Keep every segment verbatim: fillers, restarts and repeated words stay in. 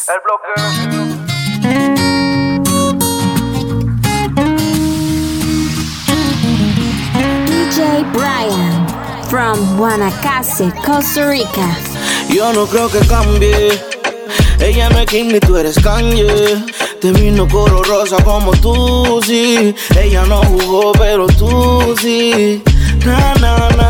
El bloque. D J Brian from Guanacaste, Costa Rica. Yo no creo que cambie. Ella no es Kim ni tú eres Kanye. Te vino color rosa como tú, sí. Ella no jugó, pero tú sí. Na, na, na,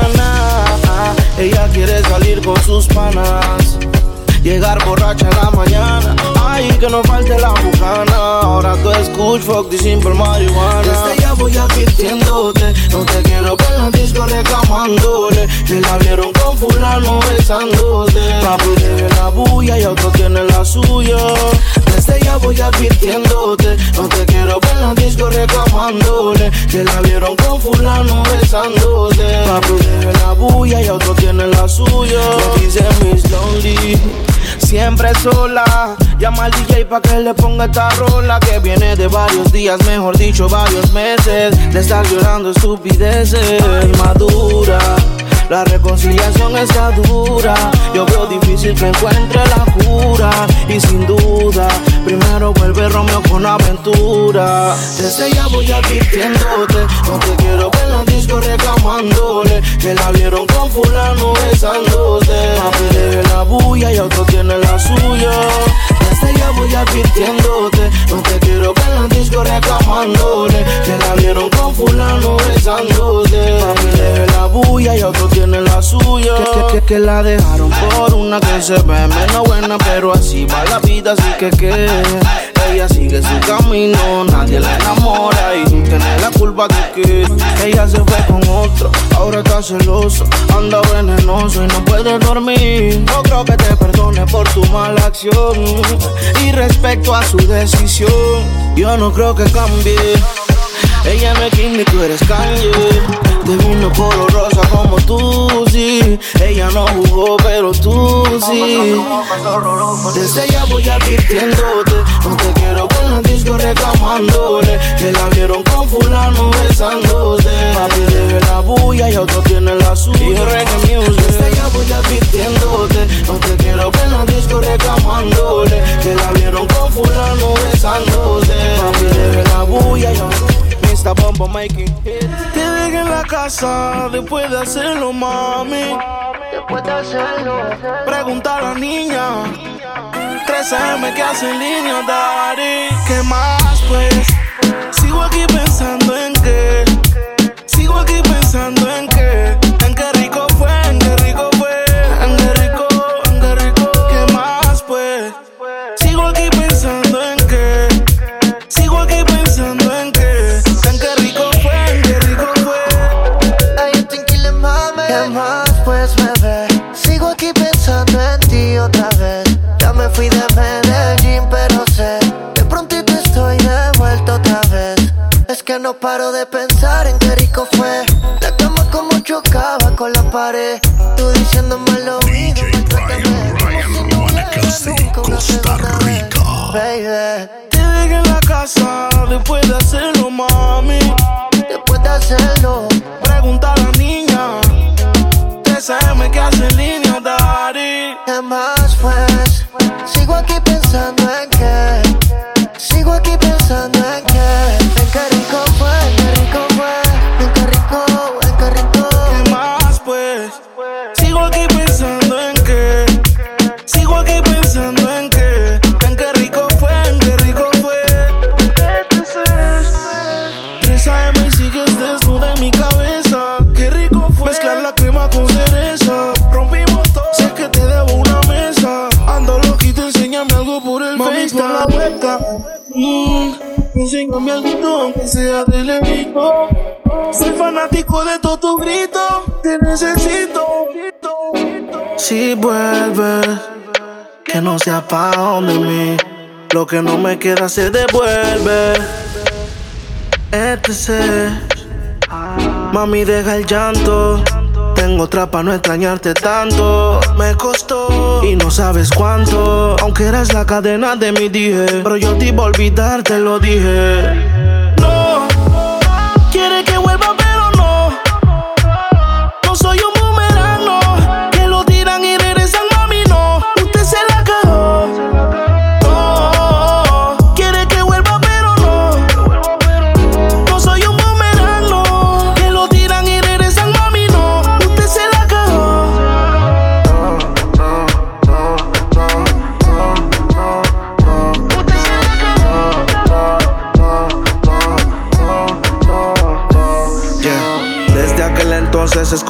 na. Ella quiere salir con sus panas, llegar borracha en la mañana. Ay, que no falte la bucana. Ahora tú escuchas fuck y simple marihuana. Desde ya voy advirtiéndote, no te quiero ver en la disco reclamándole que la vieron con fulano besándote. Papi tiene la bulla y otro tiene la suya. Desde ya voy advirtiéndote, no te quiero ver en la disco reclamándole que la vieron con fulano besándote. Papi tiene la bulla y otro tiene la suya. Le dice Miss Lonely, siempre sola. Llama al D J pa' que le ponga esta rola, que viene de varios días, mejor dicho varios meses, de estar llorando estupideces. Madura, la reconciliación está dura. Yo veo difícil que encuentre la cura. Y sin duda, primero vuelve Romeo con aventura. Desde ya voy advirtiéndote, no te quiero ver en la disco reclamándole que la vieron con fulano besándote. Papi de la bulla y otro tiene la suya. Desde ya voy advirtiéndote, no te quiero ver en la disco reclamándole que la vieron con fulano besándote. Papi de la bulla y otro tiene la suya. Que, que, que, que la dejaron por una que se ve menos buena, pero así va la vida, así que que ella sigue su camino, nadie la enamora y tú tienes la culpa de que ella se fue con otro, ahora está celoso, anda venenoso y no puede dormir. No creo que te perdone por tu mala acción, y respecto a su decisión, yo no creo que cambie. Ella no es Kim ni tú eres Kanye. Te vino color rosa como tú, sí. Ella no jugó, pero tú sí. Desde ya voy advirtiéndote, no te quiero ver en la disco reclamándole que la vieron con fulano besándote. Papi debe la bulla y otro tiene la suya. Y reggae music. Desde ya voy advirtiéndote, no te quiero ver en la disco reclamándole que la vieron con fulano besándote. Papi debe la bulla y otro. Esta bomba making hit. Te dejé en la casa después de hacerlo, mami. Después de hacerlo, pregunta a la niña tres A M que hace en línea, daddy. ¿Qué más pues? Sigo aquí pensando en qué. Sigo aquí pensando en qué. En qué rico fue, en qué rico fue. En qué rico, en qué rico. ¿Qué más pues? Sigo aquí pensando en qué. Sigo aquí pensando en qué. ¿qué más pues, bebé? Sigo aquí pensando en ti otra vez. Ya me fui de Medellín, pero sé de prontito estoy de vuelta otra vez. Es que no paro de pensar en qué rico fue. La cama como chocaba con la pared. Tú diciéndome al oído, D J Brian, Brian, Guanacaste, Costa Rica. Baby, te dejé en la casa después de hacerlo, mami. Después de hacerlo, pregunta a la niña tres A M que hace en línea, daddy. ¿qué más pues? Sigo aquí pensando en qué. Sigo aquí pensando en qué. En qué rico fue, en qué rico fue. En qué rico, en qué rico. ¿Qué más pues? Sigo aquí pensando en qué. Sigo aquí pensando en qué. En qué rico fue, en qué rico fue. tres A M y sigues desnuda en mi cabeza. Qué rico fue mezclar la crema con cereza. Rompimos todo, sé que te debo una mesa. Ando loquito, enséñame algo por el Mami, Face. Mami, por la vuelta, mm, enséñame algo aunque sea de lejito. Soy fanático de todo tu grito. Te necesito. Si vuelves, que no sea pa' donde mí. Lo que no me queda se devuelve. Este mami, deja el llanto. Tengo otra pa' no extrañarte tanto. Me costó y no sabes cuánto. Aunque eres la cadena de mi dije, pero yo te iba a olvidar, te lo dije. No, quiere que vuelva pero no. No soy un boomerang, no. Que lo tiran y regresan, mami, no. Usted se la cagó.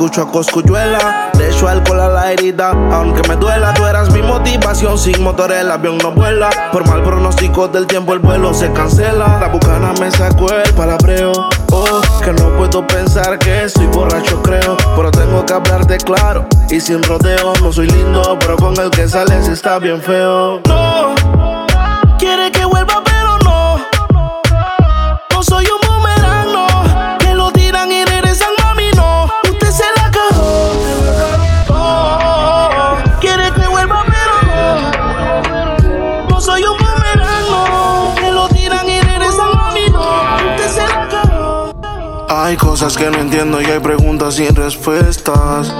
escucho a Coscuyuela. Le echo alcohol a la herida, aunque me duela. Tú eras mi motivación, sin motor el avión no vuela. Por mal pronóstico del tiempo el vuelo se cancela. La bucana me sacó el palabreo. Oh, que no puedo pensar que estoy borracho creo. Pero tengo que hablarte claro y sin rodeo. No soy lindo, pero con el que sales está bien feo. No, quiere que vuelva pero no. No soy un boomerang, no. Que lo tiran y regresan, mami, no. Usted se la cagó. Oh, quiere que vuelva pero no. No soy un boomerang, no. Que lo tiran y regresan, mami, no. Usted se la cagó. Hay cosas que no entiendo y hay preguntas sin respuestas.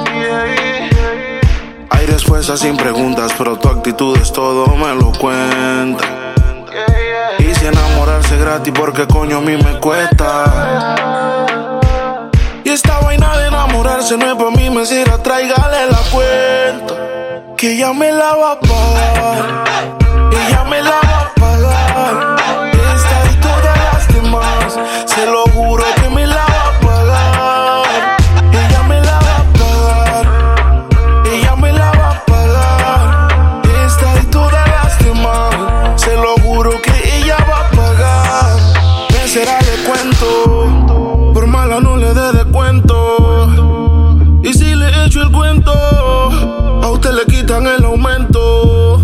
Hay respuestas sin preguntas, pero tu actitud es todo, me lo cuenta. Y si enamorarse gratis, porque coño a mí me cuesta. Y esta vaina de enamorarse no es pa' mí, me sirve, tráigale la cuenta. Que ella me la va a pagar. Ella me la va a pagar. Esta y todas las demás, se lo juro que me la va a pagar. Ella me la va a pagar. Ella me la va a pagar. Esta y todas las demás, se lo juro que ella va a pagar. ¿Qué será de cuento? Por mala no le dé de cuento. Y si le echo el cuento, a usted le quitan el aumento.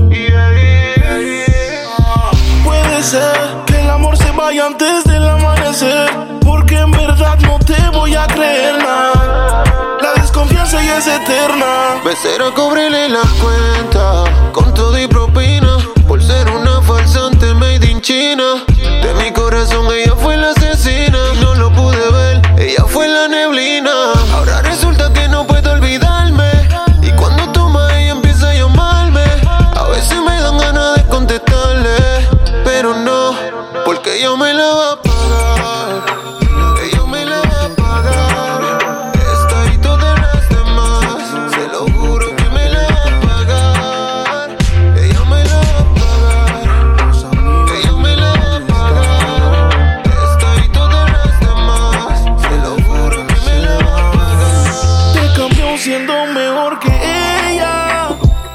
Puede ser que el amor se vaya antes del amanecer, porque en verdad no te voy a creer nada. La desconfianza ya es eterna. Becera, cóbrele la cuenta con todo y propina, por ser una farsante made in China. De mi corazón ella fue la asesina y no lo pude ver, ella fue la neblina. Ahora resulta que no puedo olvidarme, y cuando toma ella empieza a llamarme. A veces me dan ganas de contestarle, pero no, porque ella me la va a pagar. Ella me la va a pagar. Esta y todas las demás, se lo juro que me la va a pagar. Ella me la va a pagar. Ella me la va a pagar. Esta y todas las demás, se lo juro que me la va a pagar. Te cambió siendo mejor que ella,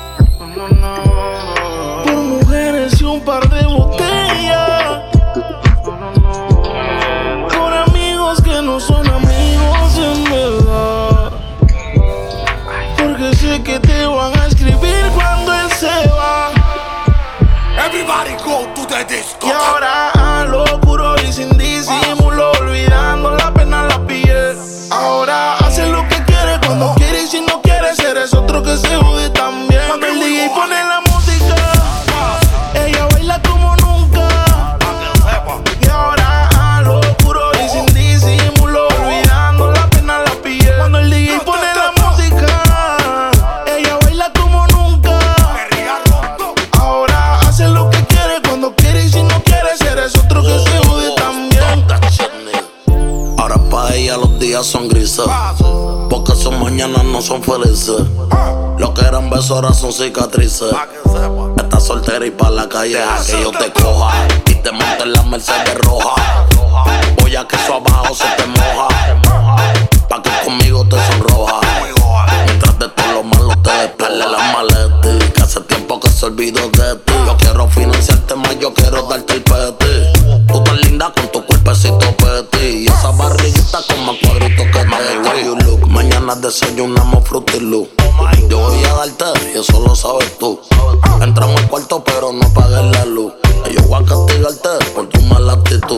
por mujeres y un par de botellas, por amigos que no son amigos en verdad, porque sé que te van a escribir cuando él se va. Everybody go to the disco. Y ahora a lo puro y sin disimulo, olvidando la pena la piel. Ahora hace lo que quiere cuando quiere, y si no quiere eres otro que se jode también. Cuando el D J pone la música, ella baila como nunca. Y ahora a lo puro y sin disimulo, olvidando la pena la piel. Cuando el D J pone la música, ella baila como nunca. Ahora hace lo que quiere cuando quiere, y si no quiere eres otro que se jode también. Ahora pa' ella los días son grises, porque sus mañanas no son felices. Lo que eran besos ahora son cicatrices. Estás soltera y pa' la calle deja que yo te coja y te monte en la Mercedes roja. Voy a que eso abajo se te moja, pa' que conmigo te sonroja. Mientras de todo lo malo te despele la maleta, que hace tiempo que se olvidó de ti. Yo quiero financiarte más, yo quiero darte el peti. Tú tan linda con tu cuerpecito peti, y esa barriguita con más cuadritos que te way you look. Mañana desayunamos Fruity Loop. Yo voy a darte y eso lo sabes tú. Entramos al cuarto pero no apagues la luz. Yo voy a castigarte por tu mala actitud.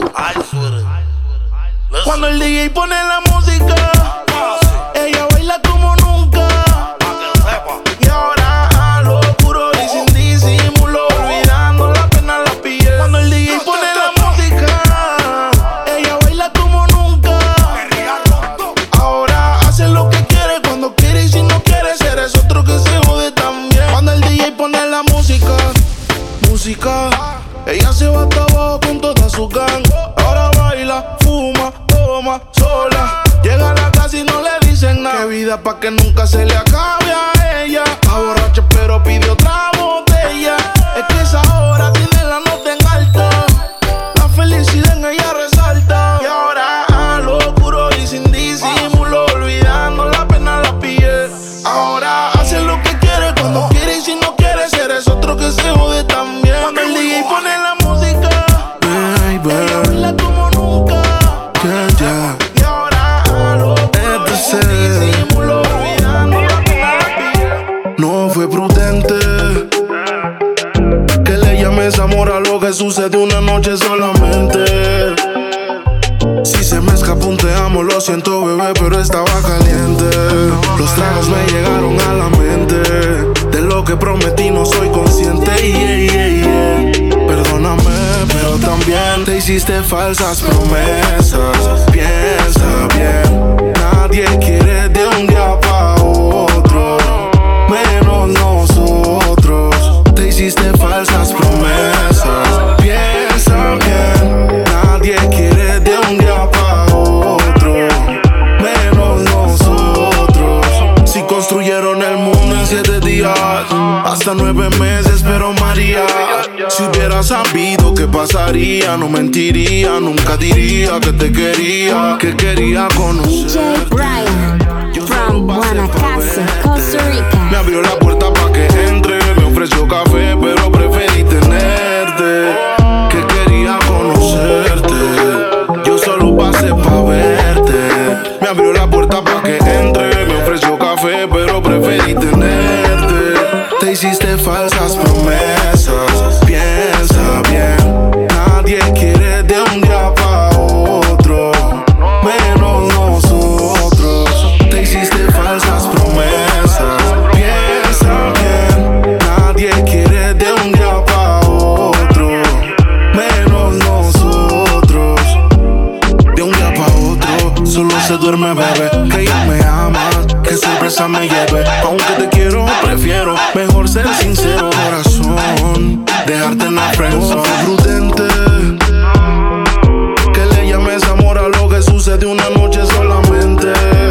Cuando el D J pone la música, ella baila como nunca. Y ahora a lo puro y sin disimulo, olvidando la pena la piel. Cuando el D J pone la música, ella baila como nunca. Ahora hace lo que quiere cuando quiere, y si no quiere eres otro que se jode también. Cuando el D J pone la música, música, ella se va hasta abajo con toda su gang. Ahora baila, fuma, toma, sola. Llega a la casa y no le dicen nada. Qué vida pa' que nunca se le acabe a ella. Está borracha pero pide otra botella. Es que esa hora tiene la nota en alta. La felicidad en ella resalta. Y ahora a lo puro y sin disimulo, olvidando la pena que sucede una noche solamente. Si se me escapó un te amo, lo siento bebé, pero estaba caliente. Los tragos me llegaron a la mente. De lo que prometí no soy consciente, yeah, yeah, yeah. Perdóname, pero también te hiciste falsas promesas. Piensa bien, nadie quiere de un día pa' otro, menos nosotros. Te hiciste falsas promesas. Piensa bien, nadie quiere de un día pa' otro, menos nosotros. Si construyeron el mundo en siete días, hasta nueve meses, pero María, si hubiera sabido qué pasaría, no mentiría, nunca diría que te quería, que quería conocer. D J Brian, from Guanacaste, Costa Rica. Me abrió la puerta pa' que entre, me ofreció café, pero preferí tenerte, que quería conocerte. Yo solo pasé pa' verte. Me abrió la puerta pa' que entre, me ofreció café, pero preferí tenerte. Te hiciste falsas promesas. Piensa bien, nadie quiere de un día pa' otro, menos nosotros. Te hiciste falsas promesas. Piensa bien, nadie quiere de un día pa' otro, menos nosotros. De un día pa' otro, solo se duerme bebé, que ella me ama, que sorpresa me lleve. Aunque te quiero, prefiero mejor ser sincero, corazón. Dejarte en la friendzone. Prudente, que le llames amor a lo que sucede una noche solamente.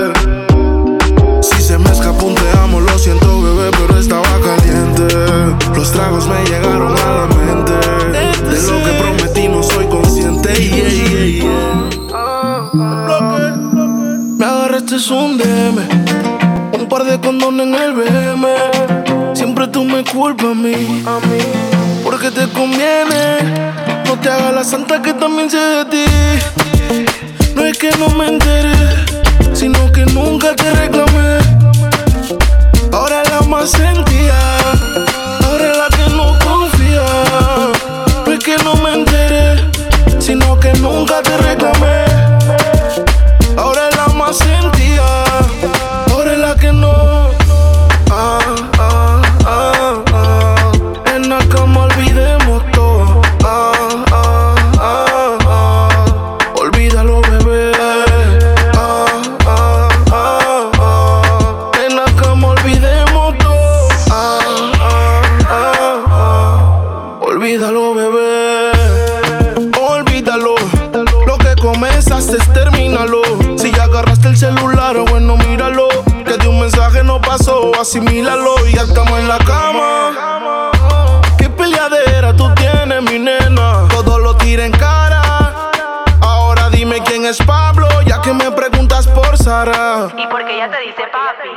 Si se me escapó un te amo, lo siento bebé, pero estaba caliente. Los tragos me llegaron a la mente. De lo que prometí no soy consciente, yeah, yeah, yeah. Me agarraste un D M, un par de condones en el B M. Siempre tú me culpas a mí, a mí, porque te conviene. No te hagas la santa que también sé de ti. No es que no me enteré, sino que nunca te reclamé. Ahora es la más sentida, ahora es la que no confía. No es que no me enteré, sino que nunca te reclamé. Ahora es la más sentida, ahora es la que no. Ah, ah, ah, ah. En la cama olvidemos todo. Ah, ah, ah, ah. Olvídalo, bebé. Ah, ah, ah, ah. En la cama olvidemos todo. Ah, ah, ah, ah. Olvídalo, bebé. Olvídalo. Lo que comenzaste, termínalo. Si ya agarraste el celular, bueno, míralo. Que de un mensaje no pasó, asimílalo. Y ya estamos en la cama. Qué peleadera tú tienes, mi nena. Todo lo tira en cara. Ahora dime quién es Pablo, ya que me preguntas por Sara. ¿Y por qué ella te dice papi?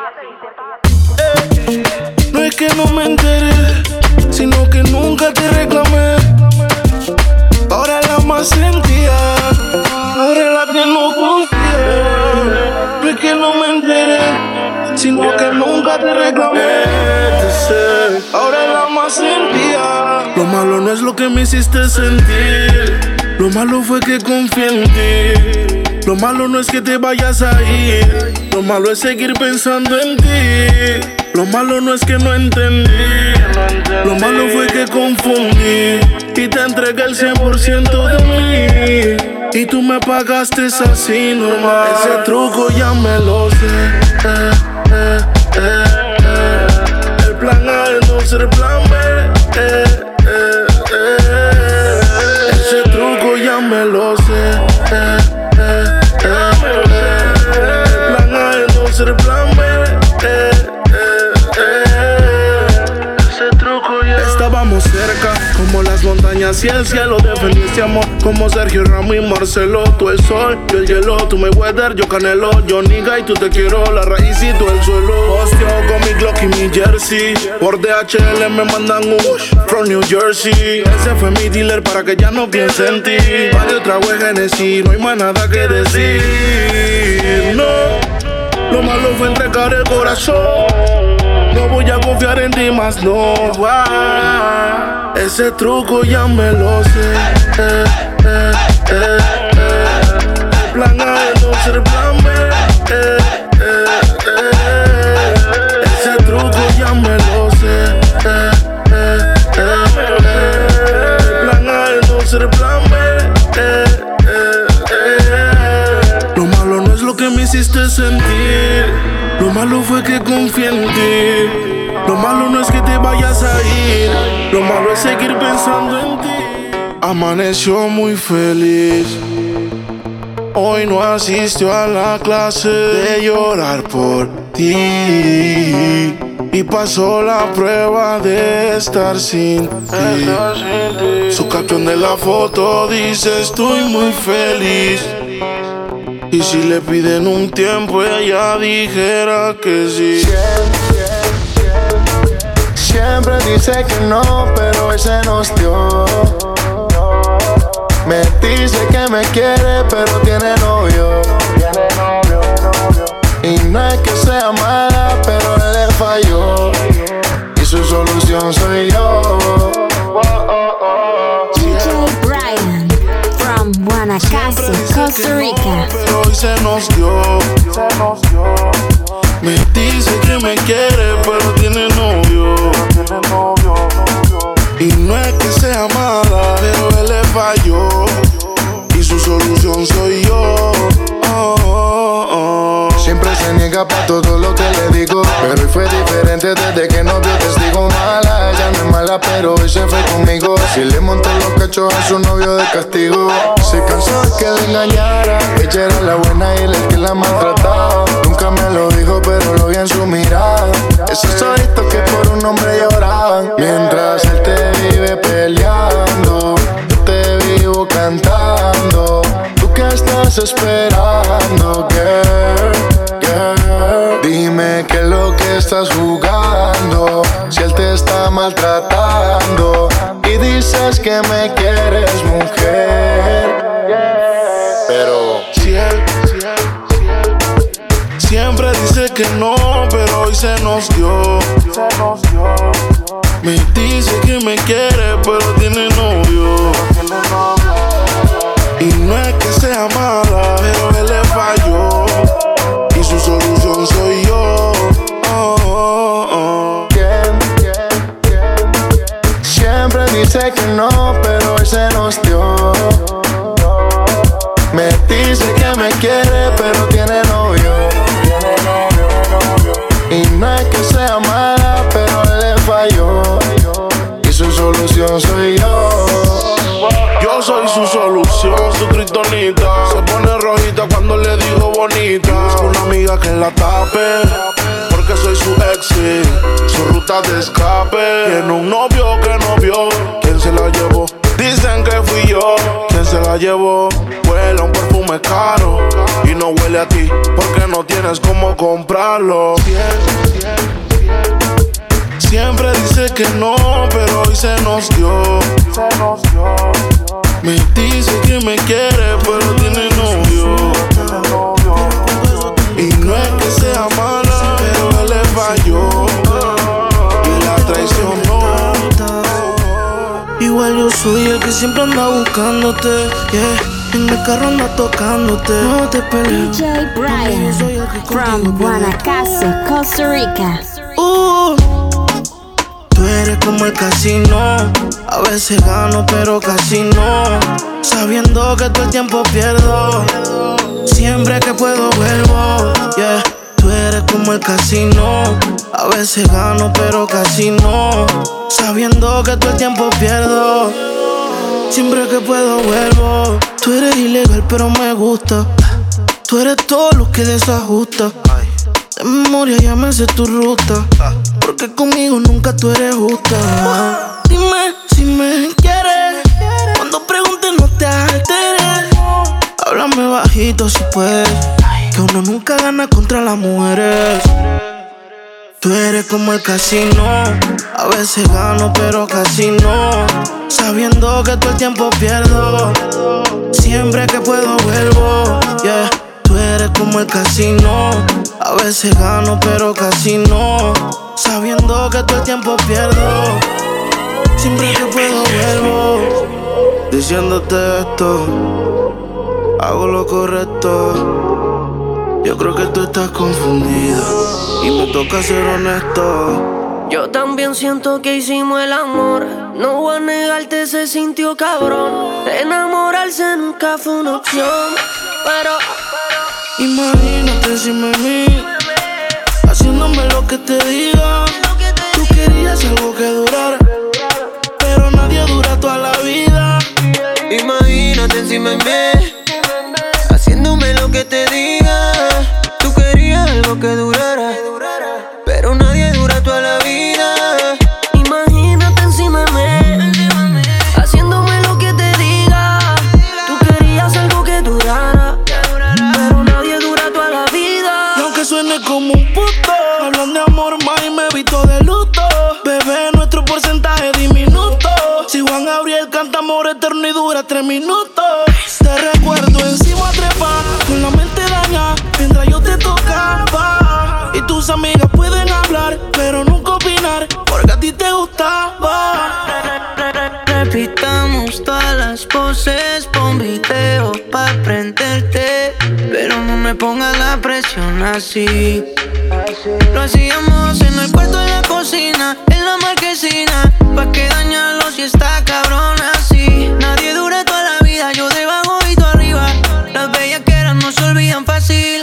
Eh, no es que no me enteré, sino que nunca te reclamé. Ahora es la más sentida, ahora es la que no confía. No es que no me enteré, sino que nunca te reclamé. Ahora es la más sentida. Lo malo no es lo que me hiciste sentir, lo malo fue que confié en ti. Lo malo no es que te vayas a ir, lo malo es seguir pensando en ti. Lo malo no es que no entendí, lo malo fue que confundí y te entregué el cien por ciento de mí. Y tú me pagaste así normal. Ese truco ya me lo sé. eh, eh, eh, eh. El plan A es no ser plan B. eh, eh, eh. Ese truco ya me lo sé. eh, eh, eh, eh. El plan A es no ser plan B. eh, Estábamos cerca, como las montañas y el cielo. Defendiste amor, como Sergio Ramos y Marcelo. Tú el sol, yo el hielo, tú me weather, yo Canelo. Yo nigga y tú te quiero, la raíz y tú el suelo. Hostio con mi Glock y mi jersey. Por D H L me mandan un from New Jersey. Ese fue mi dealer para que ya no piense en ti. Varios tragos de Genesis, no hay más nada que decir. No, lo malo fue entregar el corazón. No voy a confiar en ti más, no. Ese truco ya me lo sé. Eh, eh, eh, eh. El plan A es no ser plan B. Eh, eh, eh. Ese truco ya me lo sé. Eh, eh, eh, eh. El plan A es no ser plan B. Eh, eh, eh. Lo malo no es lo que me hiciste sentir. Lo malo fue que confié en ti. Lo malo no es que te vayas a ir. Lo malo es seguir pensando en ti. Amaneció muy feliz. Hoy no asistió a la clase de llorar por ti. Y pasó la prueba de estar sin ti. Su caption de la foto dice estoy muy feliz. Y si le piden un tiempo ella dijera que sí. Siempre dice que no, pero hoy se nos dio. Me dice que me quiere, pero tiene novio. Y no es que sea mala, pero él le falló. Y su solución soy yo. D J Brian from Guanacaste, Costa Rica. Pero hoy se nos dio. Me dice que me quiere, pero tiene novio. Y no es que sea mala, pero él le falló. Y su solución soy yo. Oh, oh, oh. Siempre se niega pa' todo lo que le digo, pero hoy fue diferente desde que no vio testigo. Mala, ella no es mala, pero hoy se fue conmigo. Si le montó los cachos a su novio de castigo. Se cansó de que le engañara. Ella era la buena y él el que la maltrataba. Nunca me lo dijo, pero lo vi en su mirada. Esos ojitos que por un hombre lloraban. Mientras él te vive peleando, yo te vivo cantando. ¿Tú qué estás esperando, girl? Girl, dime qué es lo que estás jugando. Si él te está maltratando y dices que me quieres, mujer. Pero si él, si él, si él siempre dice que no, pero hoy se nos dio. Me dice que me quiere, pero tiene novio. Y no es que sea mala, pero él le falló. Y su solución soy yo. Oh, oh, oh. ¿Quién? Siempre dice que no, pero hoy se nos dio. Me dice que me quiere, pero tiene novio. Y no es que sea mala, pero él le falló. Y su solución soy yo. Yo soy su solución, su kriptonita. Se pone rojita cuando le digo bonita. Busco una amiga que la tape, porque soy su ex, sí. Su ruta de escape. Tiene un novio que no vio. ¿Quién se la llevó? Dicen que fui yo. ¿Quién se la llevó? Huele a un perfume caro y no huele a ti, porque no tienes cómo comprarlo. Siempre dice que no, pero hoy se nos dio. Me dice que me quiere, pero tiene novio. Y no es que sea mala, pero él le falló y la traicionó. Igual yo soy el que siempre anda buscándote, yeah. En el carro anda tocándote, no te pelees. D J Brian from Guanacaste, Costa Rica. Uh, tú eres como el casino. A veces gano, pero casi no. Sabiendo que todo el tiempo pierdo. Siempre que puedo vuelvo, yeah. Tú eres como el casino. A veces gano, pero casi no. Sabiendo que todo el tiempo pierdo. Siempre que puedo vuelvo. Tú eres ilegal pero me gusta. Tú eres todo lo que desajusta. De memoria ya me sé tu ruta, porque conmigo nunca tú eres justa. Dime si me quieres. Cuando preguntes no te alteres. Háblame bajito si puedes, que uno nunca gana contra las mujeres. Tú eres como el casino. A veces gano pero casi no. Sabiendo que todo el tiempo pierdo. Siempre que puedo vuelvo, yeah. Tú eres como el casino. A veces gano pero casi no. Sabiendo que todo el tiempo pierdo. Siempre que puedo vuelvo diciéndote esto. Hago lo correcto. Yo creo que tú estás confundida y me toca ser honesto. Yo también siento que hicimos el amor. No voy a negarte, se sintió cabrón. Enamorarse nunca fue una opción, pero imagínate si me vi haciéndome lo que te diga. Tú querías algo que durara, pero nadie dura toda la vida. Imagínate si me ve haciéndome lo que te diga. Tú querías algo que durara, pero nadie dura toda la vida. Imagínate encima de mí, haciéndome lo que te diga. Tú querías algo que durara, pero nadie dura toda la vida. Y aunque suene como un puto, hablan de amor más y me visto de luto. Bebé, nuestro porcentaje diminuto. Si Juan Gabriel canta amor eterno y dura tres minutos. Te recuerdo encima trepa, con la mente daña, mientras yo te tocaba. Y tus amigas pueden hablar, pero nunca opinar, porque a ti te gustaba. Repitamos todas las poses, pon video pa' prenderte, pero no me pongas la presión así. Lo hacíamos en el cuarto de la cocina, en la marquesina, pa' que dañarlo si está cabrón así. Nadie dura toda la vida, yo debajo y tú arriba. Las bellaqueras no se olvidan fácil.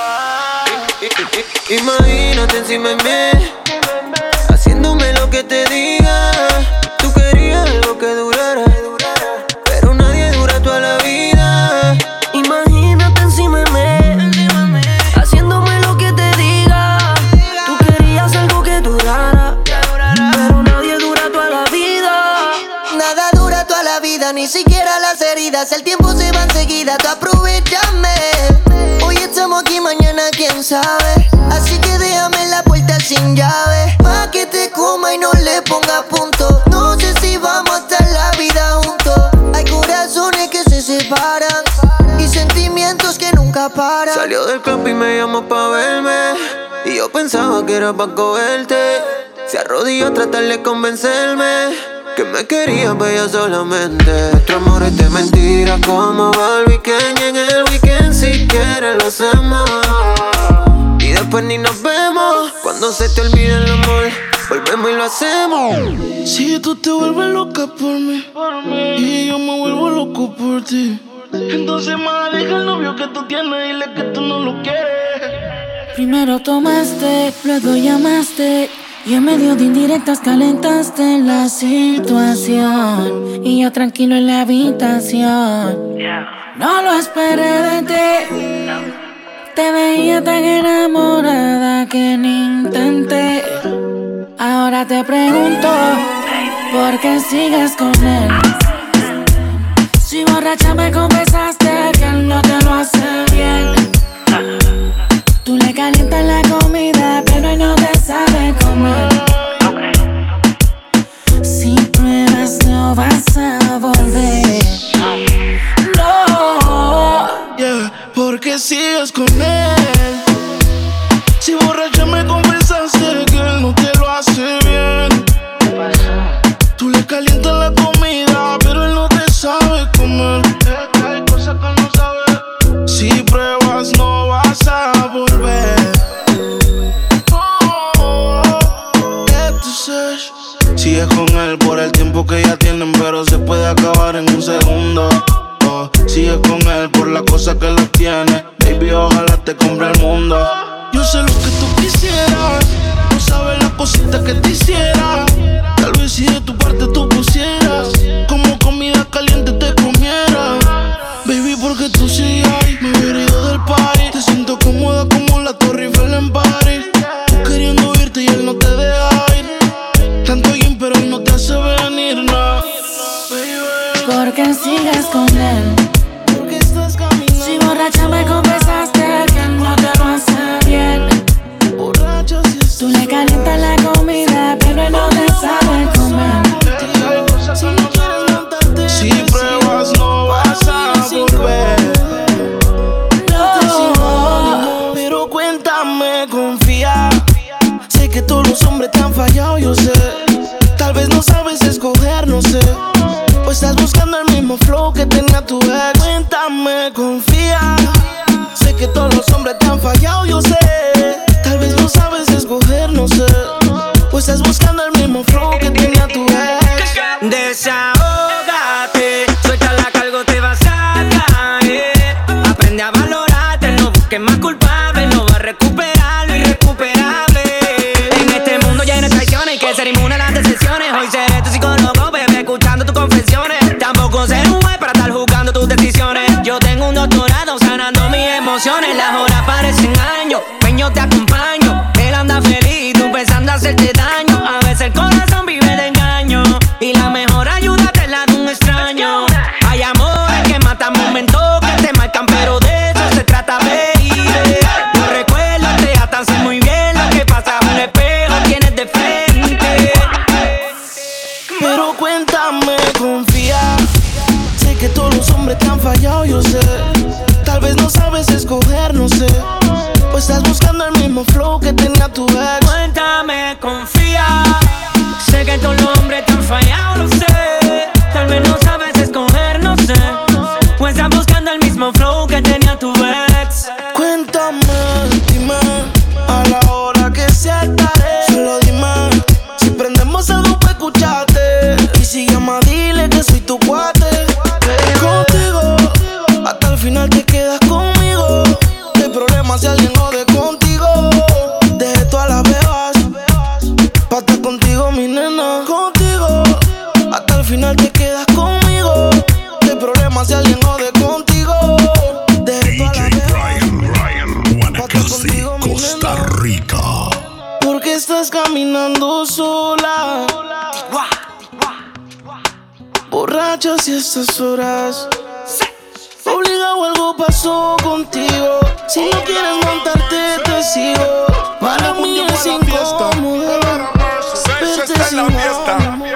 Imagínate encima de mí haciéndome lo que te diga. Tú querías algo que durara, pero nadie dura toda la vida. Imagínate encima de mí haciéndome lo que te diga. Tú querías algo que durara, pero nadie dura toda la vida. Nada dura toda la vida, ni siquiera las heridas. El tiempo se va enseguida, tú aprovechame. Hoy estamos aquí, mañana quién sabe. Así que déjame la puerta sin llave, pa' que te coma y no le ponga punto. No sé si vamos a estar la vida juntos. Hay corazones que se separan y sentimientos que nunca paran. Salió del club y me llamó pa' verme, y yo pensaba que era pa' cogerte. Se arrodilló a tratar de convencerme que me quería bella solamente. Nuestro amor es de mentira, como va el weekend. Y en el weekend si quieres lo hacemos, y después ni nos vemos. Cuando se te olvida el amor, volvemos y lo hacemos. Si tú te vuelves loca por mí, y yo me vuelvo loco por ti, entonces más deja el novio que tú tienes y dile que tú no lo quieres. Primero tomaste, luego llamaste, y en medio de indirectas calentaste la situación, y yo tranquilo en la habitación. No lo esperé de ti, te veía tan enamorada que ni intenté. Ahora te pregunto, ¿por qué sigues con él? Si borracha me confesaste que él no te lo hace bien. Tú le calientas la comida, pero él no te sabe comer. Si pruebas no vas a volver. No. Yeah, ¿por qué sigues con él? Si borracha me confesaste que él no te lo hace bien. Tú le calientas la comida, pero él no te sabe comer. Hay cosas que no sabe. Si pruebas no vas a volver. Oh, entonces sigues con él por el tiempo que ya tienen, pero se puede acabar en un segundo. Oh, sigues con él por la cosa que lo tiene. Baby, ojalá te compre el mundo. Yo sé lo que tú quisieras, no sabes las cositas que te hiciera. Tal vez si de tu parte tú pusieras, como comida caliente te comiera. Baby, porque tú sigues ahí, me hubiera ido del party. Te siento cómoda como la Torre Eiffel en París. Tú queriendo irte y él no te deja ir. Tanto bien, pero él no te hace venir, no. ¿Por qué sigues con él? Porque estás caminando. Si borracha me confesaste que él no te lo hace bien. Borracha si estás. Tú le calientas la comida, pero él no te sabe comer. Si pruebas no vas a volver. No. Pero cuéntame, confía. Sé que todos los hombres te han fallado, yo sé. Tal vez no sabes escoger. momentos que te marcan, pero de eso se trata, baby. Los recuerdos te atan, sé muy bien lo que pasa. Un espejo tienes de frente. Pero cuéntame, confía. Sé que todos los hombres te han fallado, yo sé. Tal vez no sabes escoger, no sé. O estás buscando el mismo flow que tenía tu ex. Cuéntame, confía. Sé que todos los hombres te han fallado, lo sé. Tal vez no sabes escoger, no sé. O estás buscando el mismo flow que tenía tu ex. Cuéntame, dime, a la hora que sea estaré. Solo dime, si prendemos algo para escucharte. Y si llama, dile que soy tu cuate. Contigo, hasta el final te quedas conmigo. No hay problema si alguien jode contigo. Dejé todas las bebas pa' estar contigo, mi nena. Contigo, hasta el final te quedas conmigo. No hay problema si alguien jode contigo. Dejé todas las bebas Brian, Brian, Guanacaste, Costa Rica. ¿Por qué estás caminando sola? Borracha a estas horas. Obligado, algo pasó contigo. Si no quieres montarte, te sigo. Para mí es incómodo verte sin ánimo.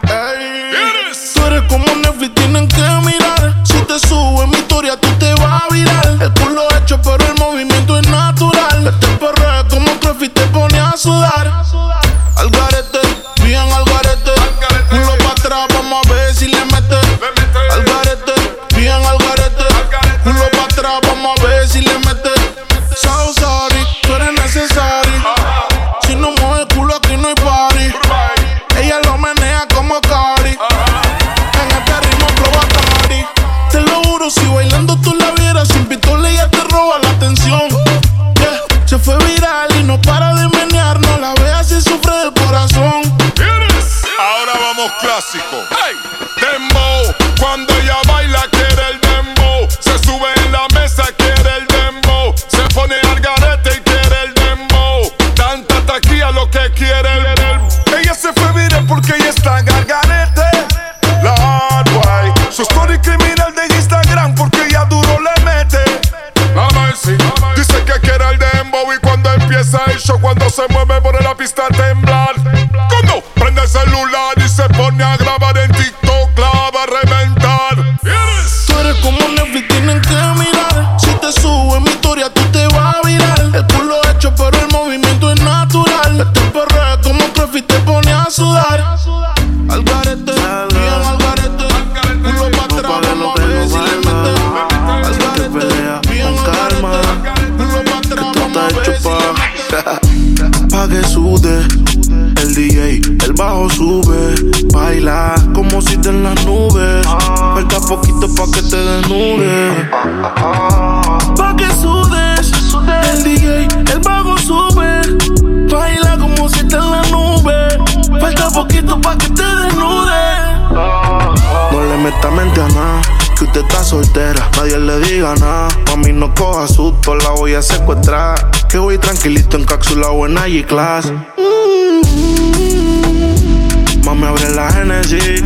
Tú eres como Netflix, tienen que mirar. Si te subo en mi historia, tú te vas a virar. El culo hecho, pero el movimiento es natural. Este perreo es como Clefty, te pone a sudar. Al garete, bien al garete. Culo pa' atrás, vamos a ver si le mete. Al garete, bien al garete. Culo pa' atrás, vamos a ver si le mete. So sorry, tú eres necesario. Si no mueve el culo, aquí no hay party. Ella lo menea como Cari. En este ritmo flow Atari. Te lo juro, si bailando tú la vieras, sin pistola ella te roba la atención. Yeah, se fue viral y no para de menear. No la veas y sufre del corazón. Ahora vamos clásico. Hey, dembow. Cuando ella baila quiere el dembow. Se sube en la mesa quiere el dembow. Se pone al garete y quiere el dembow. Tanta taquilla lo que quiere el dembow. Ella se fue viral porque ella está al garete. La hard way. Su story criminal de Instagram porque ella duro le mete. La Mercy dice que quiere el dembow y cuando empieza el show, cuando se mueve pone la pista a temblar. Cuando prende el celular y se pone a grabar en TikTok, la va a reventar. Tú eres como Netflix, tienen que mirar. Si te subo en mi historia, tú te vas a virar. El culo hecho, pero el movimiento es natural. Este perreo es como Clefty, te pone a sudar. Al garete, bien al garete. Culo pa' atrás, vamos a ver si le mete. Al garete, bien al garete. Culo pa' atrás, vamos a ver si le mete. Pa' que sude el D J, el bajo sube. Baila como si te en las nubes. Falta poquito pa' que te desnudes. Pa' que sudes el D J, el bajo sube. Baila como si te en las nubes. Falta poquito pa' que te desnudes. No le metas mente a nada, que usted está soltera, nadie le diga nada. Mami, no coja susto, la voy a secuestrar. Que voy tranquilito en cápsula o en G-Class. Mm-hmm. Mami, abre la Genesis.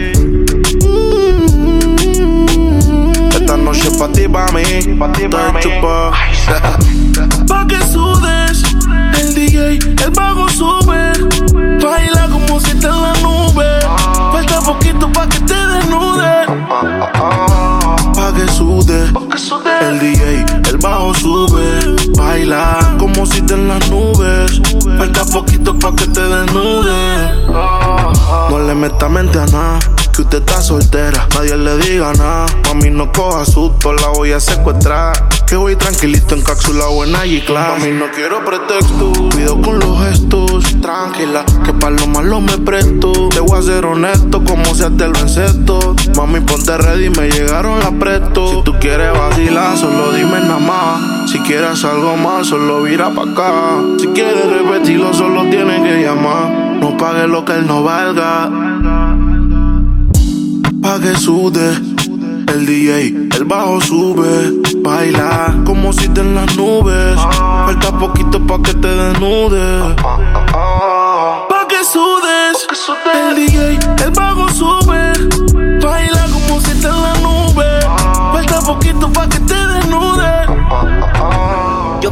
Mm-hmm. Esta noche pa' ti, pa' mí, te chupa. Pa' que sudes el D J, el bajo sube. Baila como si te en la nube. Falta poquito pa' que te desnude. Pa' que sude el D J, el bajo sube. Baila como si te en las nubes. Falta poquito pa' que te desnude. No le metas mente a nada, que usted está soltera, nadie le diga nada. Mami, no coja susto, la voy a secuestrar. Que voy tranquilito en cápsula o en G-Class. Mami, no quiero pretextos, cuido con los gestos. Tranquila, que pa' lo malo me presto. Te voy a ser honesto, como sea te lo encesto. Mami, ponte ready, me llegaron las presto. Si tú quieres vacilar, solo dime nada más. Si quieres algo más, solo vira pa' acá. Si quieres repetirlo, solo tienes que llamar. No pagues lo que él no valga. Pa' que sude el D J, el bajo sube. Baila como si te en las nubes. Falta poquito pa' que te desnudes. Pa' que sudes el D J, el bajo sube. Baila como si te en las nubes. Falta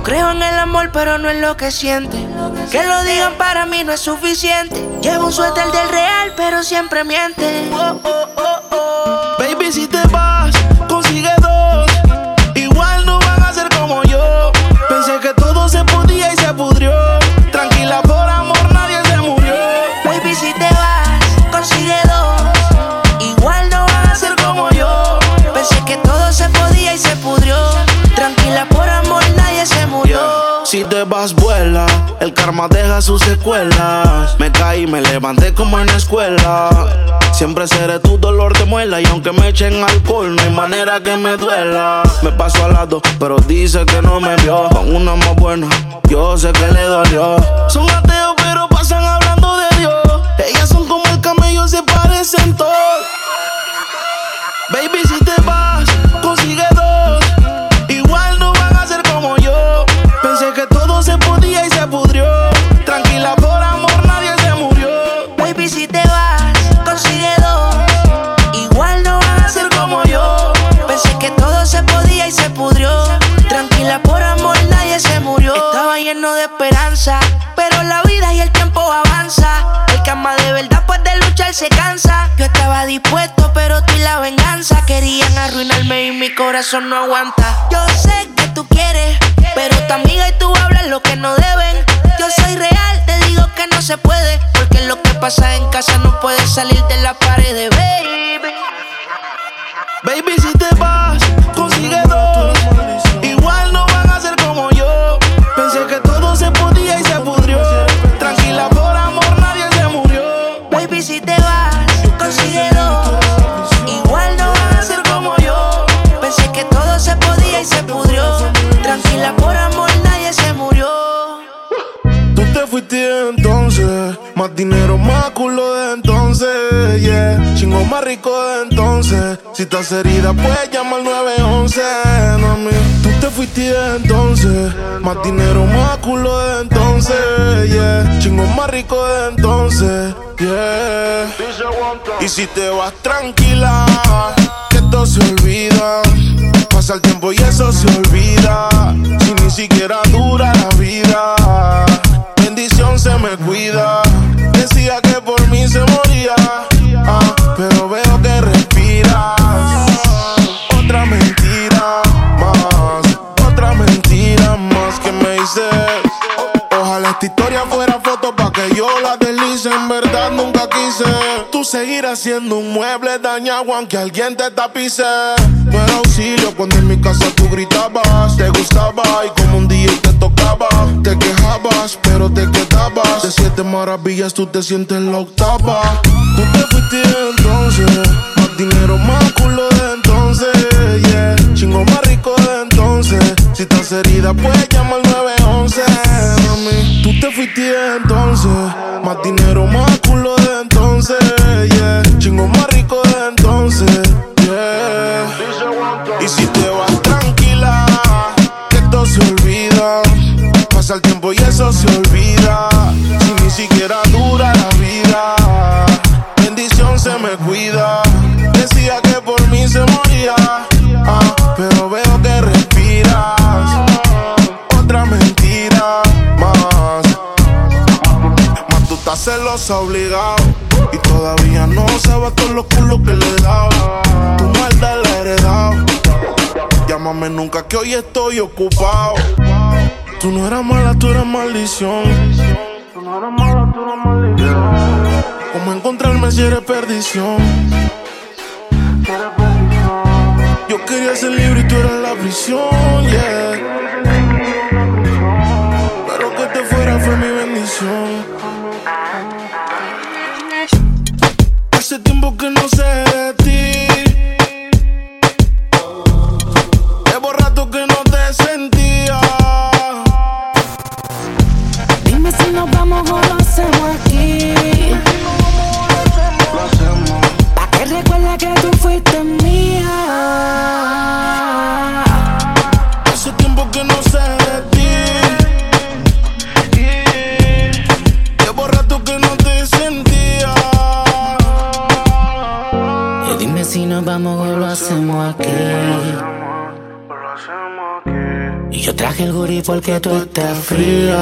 creo en el amor, pero no en lo que siente. Que lo digan para mí no es suficiente. Llevo un suéter del real, pero siempre miente. Oh, oh, oh, oh. Baby, si te vas, consigue dos. Igual no van a ser como yo. Pensé que todo se podía y se pudrió. Tranquila, por amor nadie se murió. Baby, si te vas, consigue dos. Igual no van a ser como yo. Pensé que todo se podía y se pudrió. Tranquila, por amor nadie se murió. Yeah. Si te vas, vuela. El karma deja sus secuelas. Me caí, me levanté como en la escuela. Siempre seré tu dolor de muela. Y aunque me echen alcohol, no hay manera que me duela. Me paso al lado, pero dice que no me vio. Con una más buena, yo sé que le dolió. Son ateos, pero pasan hablando de Dios. Ellas son como el camello, se parecen todos. Baby, si te vas, consigue dos. Igual no van a ser como yo. Pensé que todo se podía y se pudrió. Tranquila, por amor nadie se murió. Baby, si te vas, consigue dos. Igual no van a ser como yo. Pensé que todo se podía y se pudrió. Tranquila, por amor nadie se murió. Estaba lleno de esperanza, pero la vida y el tiempo avanza. El que ama de verdad pues de luchar se cansa. Yo estaba dispuesto, pero tú y la venganza querían arruinarme y mi corazón no aguanta. Yo sé que tú quieres, pero tu amiga y tú hablan lo que no deben. Yo soy real, te digo que no se puede, porque lo que pasa en casa no puede salir de la pared, baby. Baby, si te vas, consigue dos. Igual no van a ser como yo. Pensé que todo se podía y se pudrió. Tranquila, por amor nadie se murió. Baby, si te vas, consigue dos. Igual no van a ser como yo. Pensé que todo se podía y se pudrió. Tranquila, por amor nadie se murió. Tú te fuiste entonces, más dinero, más culo de entonces, yeah. Chingo más rico de entonces. Si estás herida, puedes llamar al nueve once, mami. Tú te fuiste entonces, más dinero, más culo de entonces, yeah. Chingo más rico de entonces, yeah. Y si te vas tranquila, que todo se olvida. Pasa el tiempo y eso se olvida. Si ni siquiera dura la vida, bendición se me cuida. Decía que por mí se moría, ah, pero veo que respiras. Otra mentira más, otra mentira más que me dices. Ojalá esta historia fuera foto pa' que yo la deslice. En verdad nunca quise tú seguir haciendo un mueble dañado aunque alguien te tapice. No era auxilio cuando en mi casa tú gritabas. Te gustaba y como un día te tocaba. Te quejabas pero te quedabas. De siete maravillas tú te sientes la octava. Tú te fuiste entonces, más dinero, más culo de entonces, yeah. Chingo más rico de entonces. Si estás herida puedes llamar al nueve once, mami. Tú te fuiste entonces, más dinero, más culo de entonces, yeah. Chingo más rico de entonces, yeah. Y si te vas tranquila, que todo se olvida. Pasa el tiempo y eso se olvida. Si ni siquiera dura la vida, bendición se me cuida. Decía que por mí se moría, ah, pero veo que respiras. Otra mentira más, más tú estás celosa obligado. Y todavía no sabes todos los culos que le he dado. Tu maldad la he heredado. Llámame nunca que hoy estoy ocupado. Tú no eras mala, tú eras maldición. Tú no eras mala, tú eras maldición. ¿Cómo encontrarme si eres perdición? Yo quería ser libre y tú eras la prisión, yeah. Pero que te fuera fue mi bendición. Hace tiempo que no sé de ti. Llevo rato que no te sentía. Dime si nos vamos o lo hacemos aquí. Lo hacemos. Pa' que recuerda que tú fuiste mía. Hace tiempo que no sé de ti. Llevo rato que no te sentía. Y dime si nos vamos o lo hacemos aquí. Lo hacemos aquí. Y yo traje el gurí porque tú estás fría.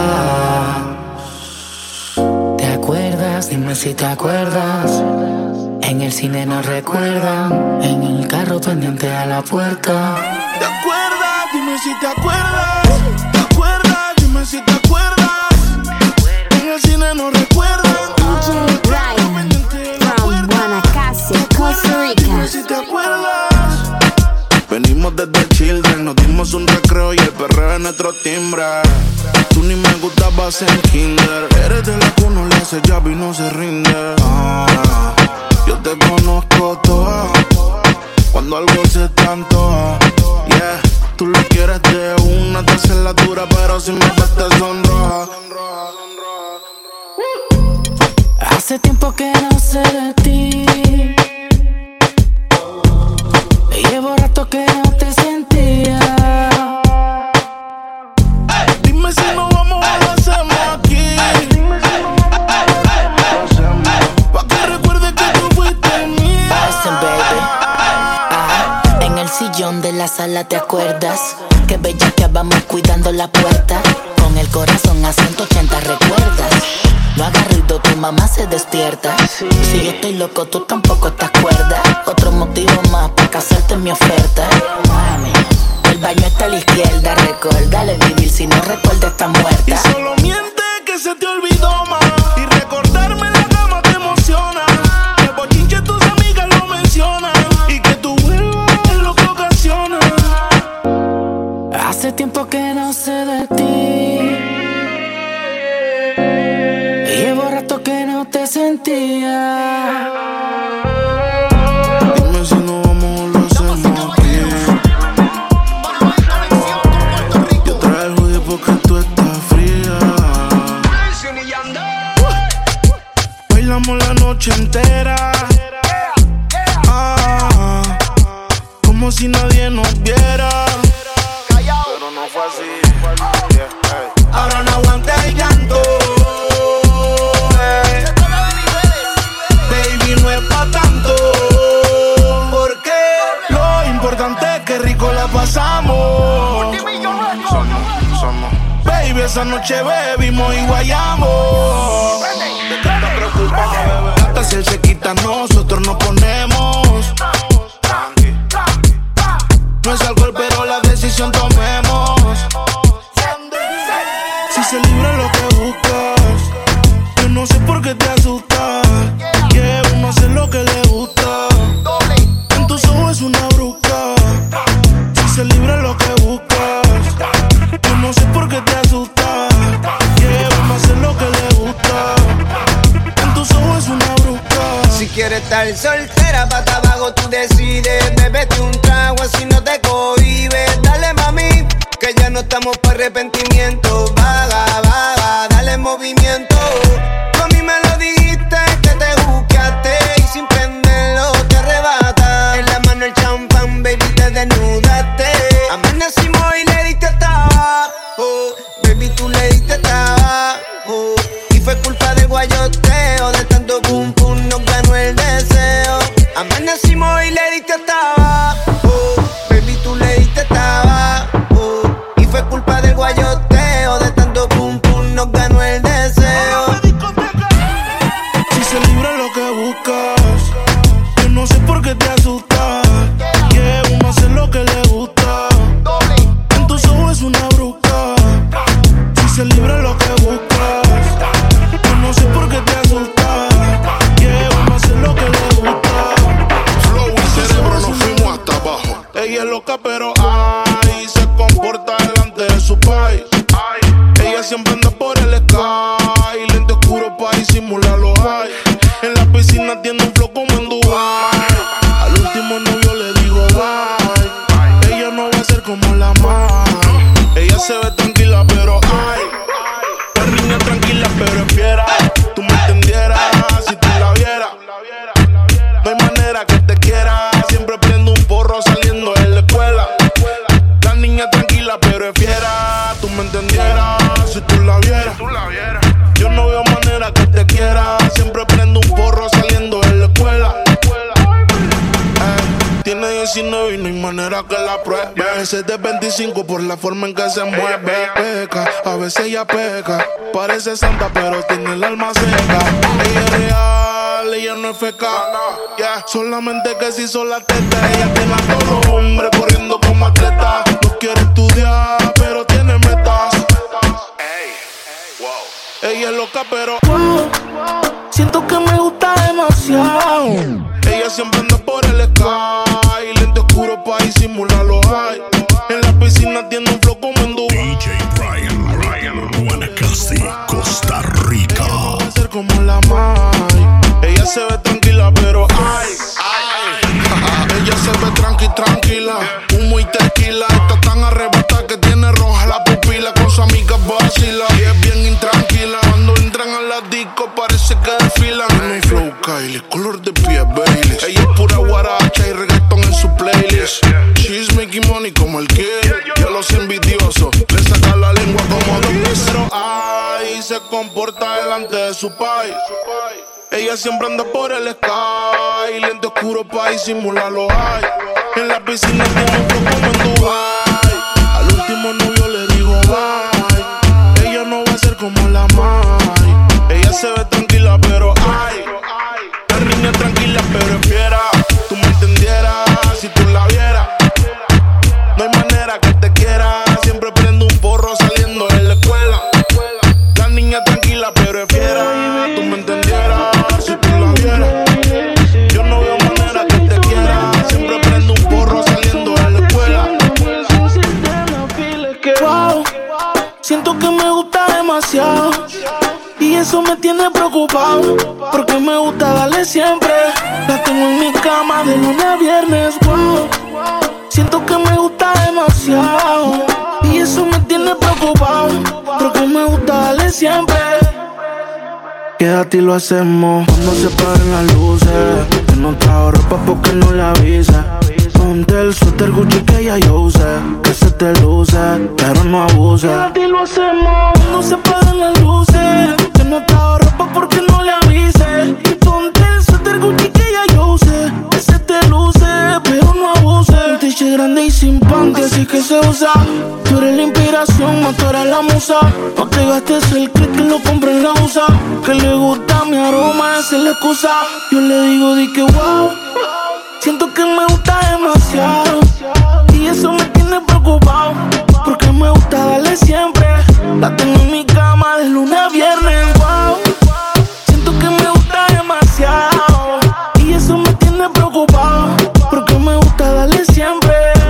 ¿Te acuerdas? Dime si te acuerdas. En el cine nos recuerdan. En el carro pendiente a la puerta. ¿Te acuerdas? Dime si te acuerdas. ¿Te acuerdas? Dime si te acuerdas. En el cine nos recuerdan. D J Brian from Guanacaste, Costa Rica. Dime si te acuerdas. Venimos desde Children, nos dimos un recreo y el perreo es nuestro timbre. Tú ni me gustabas en kinder. Eres de la que uno le hace jab y no se rinde. Ah, yo te conozco toda. Cuando algo se te antoja, yeah. Tú lo quieres de una, te haces la dura, pero si me ves te sonroja. Hace tiempo que no sé de ti. Llevo rato que no te sentía. Hey, dime si nos vamos o lo hacemos aquí. Hey, dime si nos vamos o lo hacemos. Pa' que recuerdes que tú fuiste mía. Listen, baby. Ah, en el sillón de la sala te acuerdas que bella que vamos cuidando la puerta. Con el corazón a ciento ochenta recuerdas. No hagas ruido, tu mamá se despierta. Si yo estoy loco, tú tampoco estás cuerda. Otro motivo más para casarte en mi oferta. Mami, el baño está a la izquierda. Recuérdale vivir, si no recuerda está muerta. Y solo miente que se te olvidó más. Y recordarme en la cama te emociona. Que bochinche tus amigas lo mencionan. Y que tu vuelvas es lo que ocasiona. Hace tiempo que no sé de ti. Llevo rato que no te sentía. Dime si nos vamos o lo hacemos aquí. Yo traje el hoodie porque tú estás fría. Bailamos la noche entera. Ah, como si nadie nos viera. Pero no fue así. Ahora no aguanta el llanto. No es pa' tanto, porque lo importante es que rico la pasamos. Somos, somos. Baby, esa noche bebimos y guayamos. ¿De qué te preocupas, bebé? Hasta si él se quita, nosotros nos ponemos. No es alcohol, pero la decisión tomemos. Si se libra lo que buscas, yo no sé por qué te asustas. Yeah, uno hace lo que le gusta. En tus ojos es una bruca. Si se libra lo que buscas, yo no sé por qué te asustas. Yeah, uno hace lo que le gusta. En tus ojos es una bruca. Si quieres estar soltera, pata abajo tú decides. Bébete un trago así no te cohibes. Dale mami, que ya no estamos para arrepentimiento. Vaga, vaga, dale movimiento. Tú a mí me lo dijiste que te buscaste y sin prenderlo te arrebata. En la mano el champán, baby, te desnudaste. Amanecimos y le diste hasta abajo. Baby, tú le diste hasta abajo. Y fue culpa del guayoteo, de tanto pum pum nos ganó el deseo. Amanecimos y le diste hasta abajo. Baby, tú le diste hasta abajo. Y fue culpa del guayoteo, de tanto pum pum nos ganó el deseo. Si se libra lo que buscas, yo no sé por qué te asustas. Yeah, uno hace lo que le gusta. En tus ojos es una bruca. Si se libra lo que buscas, yo no sé por qué te asustas. Yeah, uno hace lo que le gusta. Flow y cerebro nos fuimos hasta abajo. Ella es loca pero ay, se comporta delante de su país. Ella siempre anda por el sky, lente oscuro pa' disimular los high. En la piscina tiene un flow como en Dubai. Al último novio le digo bye. Ella no va a ser como la Mai. Ella se ve tranquila pero ay, la niña tranquila pero es fiera. Tú me entendieras si tú la vieras. No hay manera que te quiera. Siempre prendo un porro saliendo de la escuela. La niña tranquila pero es fiera. Tú me entendieras si tú la vieras. Yo no veo manera que te quiera. Siempre prendo un porro saliendo de la escuela. Eh, tiene diecinueve y no hay manera que la pruebe. Ese es de veinticinco por la forma en que se mueve. Peca, a veces ella peca. Parece santa pero tiene el alma seca. Ella es real, ella no es feca. Yeah. Solamente que si son la teta. Ella tiene a todo hombre corriendo como atleta. No quiere estudiar pero tiene metas. Ella es loca pero wow, siento que me gusta demasiado. Ella siempre anda por el sky. Lente oscuro pa' disimular los high. En la piscina tiene un flow como en Dubai. D J Brian, Brian, Guanacaste, Costa Rica. Ella no va a ser como la Mai. Ella se ve tranquila pero ay, ay. Ella se ve tranqui, tranquila. Humo y tequila. Está tan arrebatada que tiene roja la pupila. Con su amiga vacila y es bien intranquila. Cuando entran a la disco parece que desfilan. Tiene flow Kylie, color de piel Baileys. Ella es pura guaracha y reggaeton en su playlist. She's making money como el kid. Yo los envidiosos le saca la lengua como dos pies. Pero ay, se comporta delante de su país. Ella siempre anda por el sky. Lente oscuro pa' disimular los high. En la piscina tiene un flow como en Dubai. Al último novio le digo bye. Ella no va a ser como la Mai. Ella se ve tranquila pero ay. La niña tranquila pero es fiera. Tú me entendieras si tú la vieras. No hay manera que te quiera. Siempre prendo un porro saliendo de la escuela. La niña tranquila pero es fiera. Tú me entendieras si tú la vieras. Yo no veo manera que te quiera. Siempre prendo un porro saliendo de la escuela. Wow, siento que me gusta demasiado. Y eso me tiene preocupado. Porque me gusta darle siempre. La tengo en mi cama de lunes a viernes. Wow, siento que me gusta demasiado. Y eso me tiene preocupado. Porque me gusta darle siempre. Quédate y lo hacemos cuando se paren las luces. Que no trajo ropa porque no le avisa. Ponte el suéter Gucci que ya yo usé. Que se te luce, pero no abuse. Quédate y lo hacemos cuando se paren las luces. Que no trajo ropa porque no le avise. Y ponte el suéter Gucci que ya yo usé. Que se te luce, pero no abuse. Un t-shirt grande y sin panty, así que se usa. Tú eres la inspiración, no tú eres la musa. No te gastes el click que lo compré en la U S A. Que le gusta mi aroma, esa es la excusa. Yo le digo, di que wow. Siento que me gusta demasiado. Y eso me tiene preocupado. Porque me gusta darle siempre. La tengo en mi cama de lunes a viernes. Wow. Siento que me gusta demasiado. Y eso me tiene preocupado. Porque me gusta darle siempre.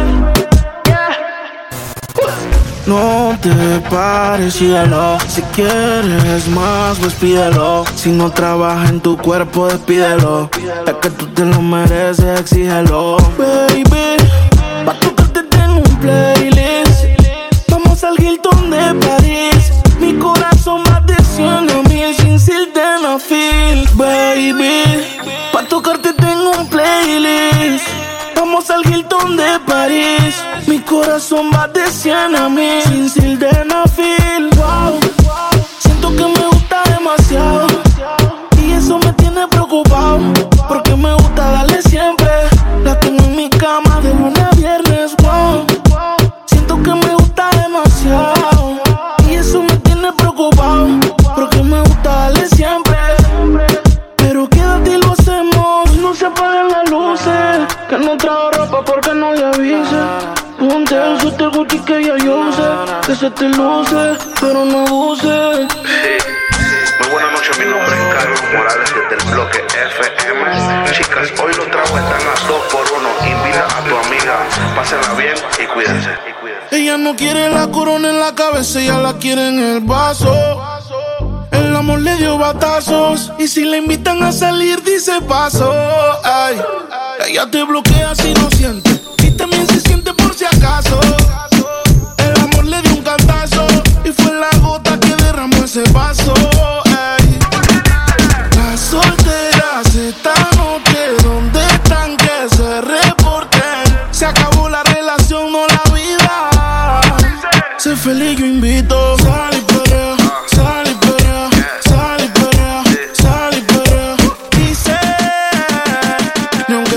No te pares, síguelo. Si quieres más, pues pídelo. Si no trabaja en tu cuerpo, despídelo. Es que tú te lo mereces, exígelo. Baby, pa' tocarte tengo un playlist. Vamos al Hilton de París. Mi corazón va de cien a mil sin sildenafil. Baby, pa' tocarte tengo un playlist. Vamos al Hilton de París. Mi corazón va de cien a mil sin sildenafil. Wow, siento que me gusta demasiado. Y eso me tiene preocupado. Porque me gusta darle siempre. La tengo en mi cama de lunes a viernes. Wow, siento que me gusta demasiado. Y eso me tiene preocupado. Porque me gusta darle siempre. Pero quédate y lo hacemos. No se apaguen las luces. Que no trajo ropa porque no le avise. Ponte el suéter Gucci que ya yo usé. Que se te luce, pero no abuse. Sí, muy buenas noches, mi nombre es Carlos Morales desde el bloque F M. Chicas, hoy los tragos están a dos por uno. Invita a tu amiga, pásenla bien y cuídense. Ella no quiere la corona en la cabeza, ella la quiere en el vaso. El amor le dio batazos. Y si le invitan a salir, dice paso. Ay, ella te bloquea si no siente. Y también se siente por si acaso. El amor le dio un cantazo. Y fue la gota que derramó ese vaso. Ay, las solteras esta noche, ¿dónde están? Que se reporten. Se acabó la relación, no la vida. Sé feliz, yo invito. Sal y perrea, sal y perrea, sal y perrea, sal y perrea. Dice, ni aunque me tire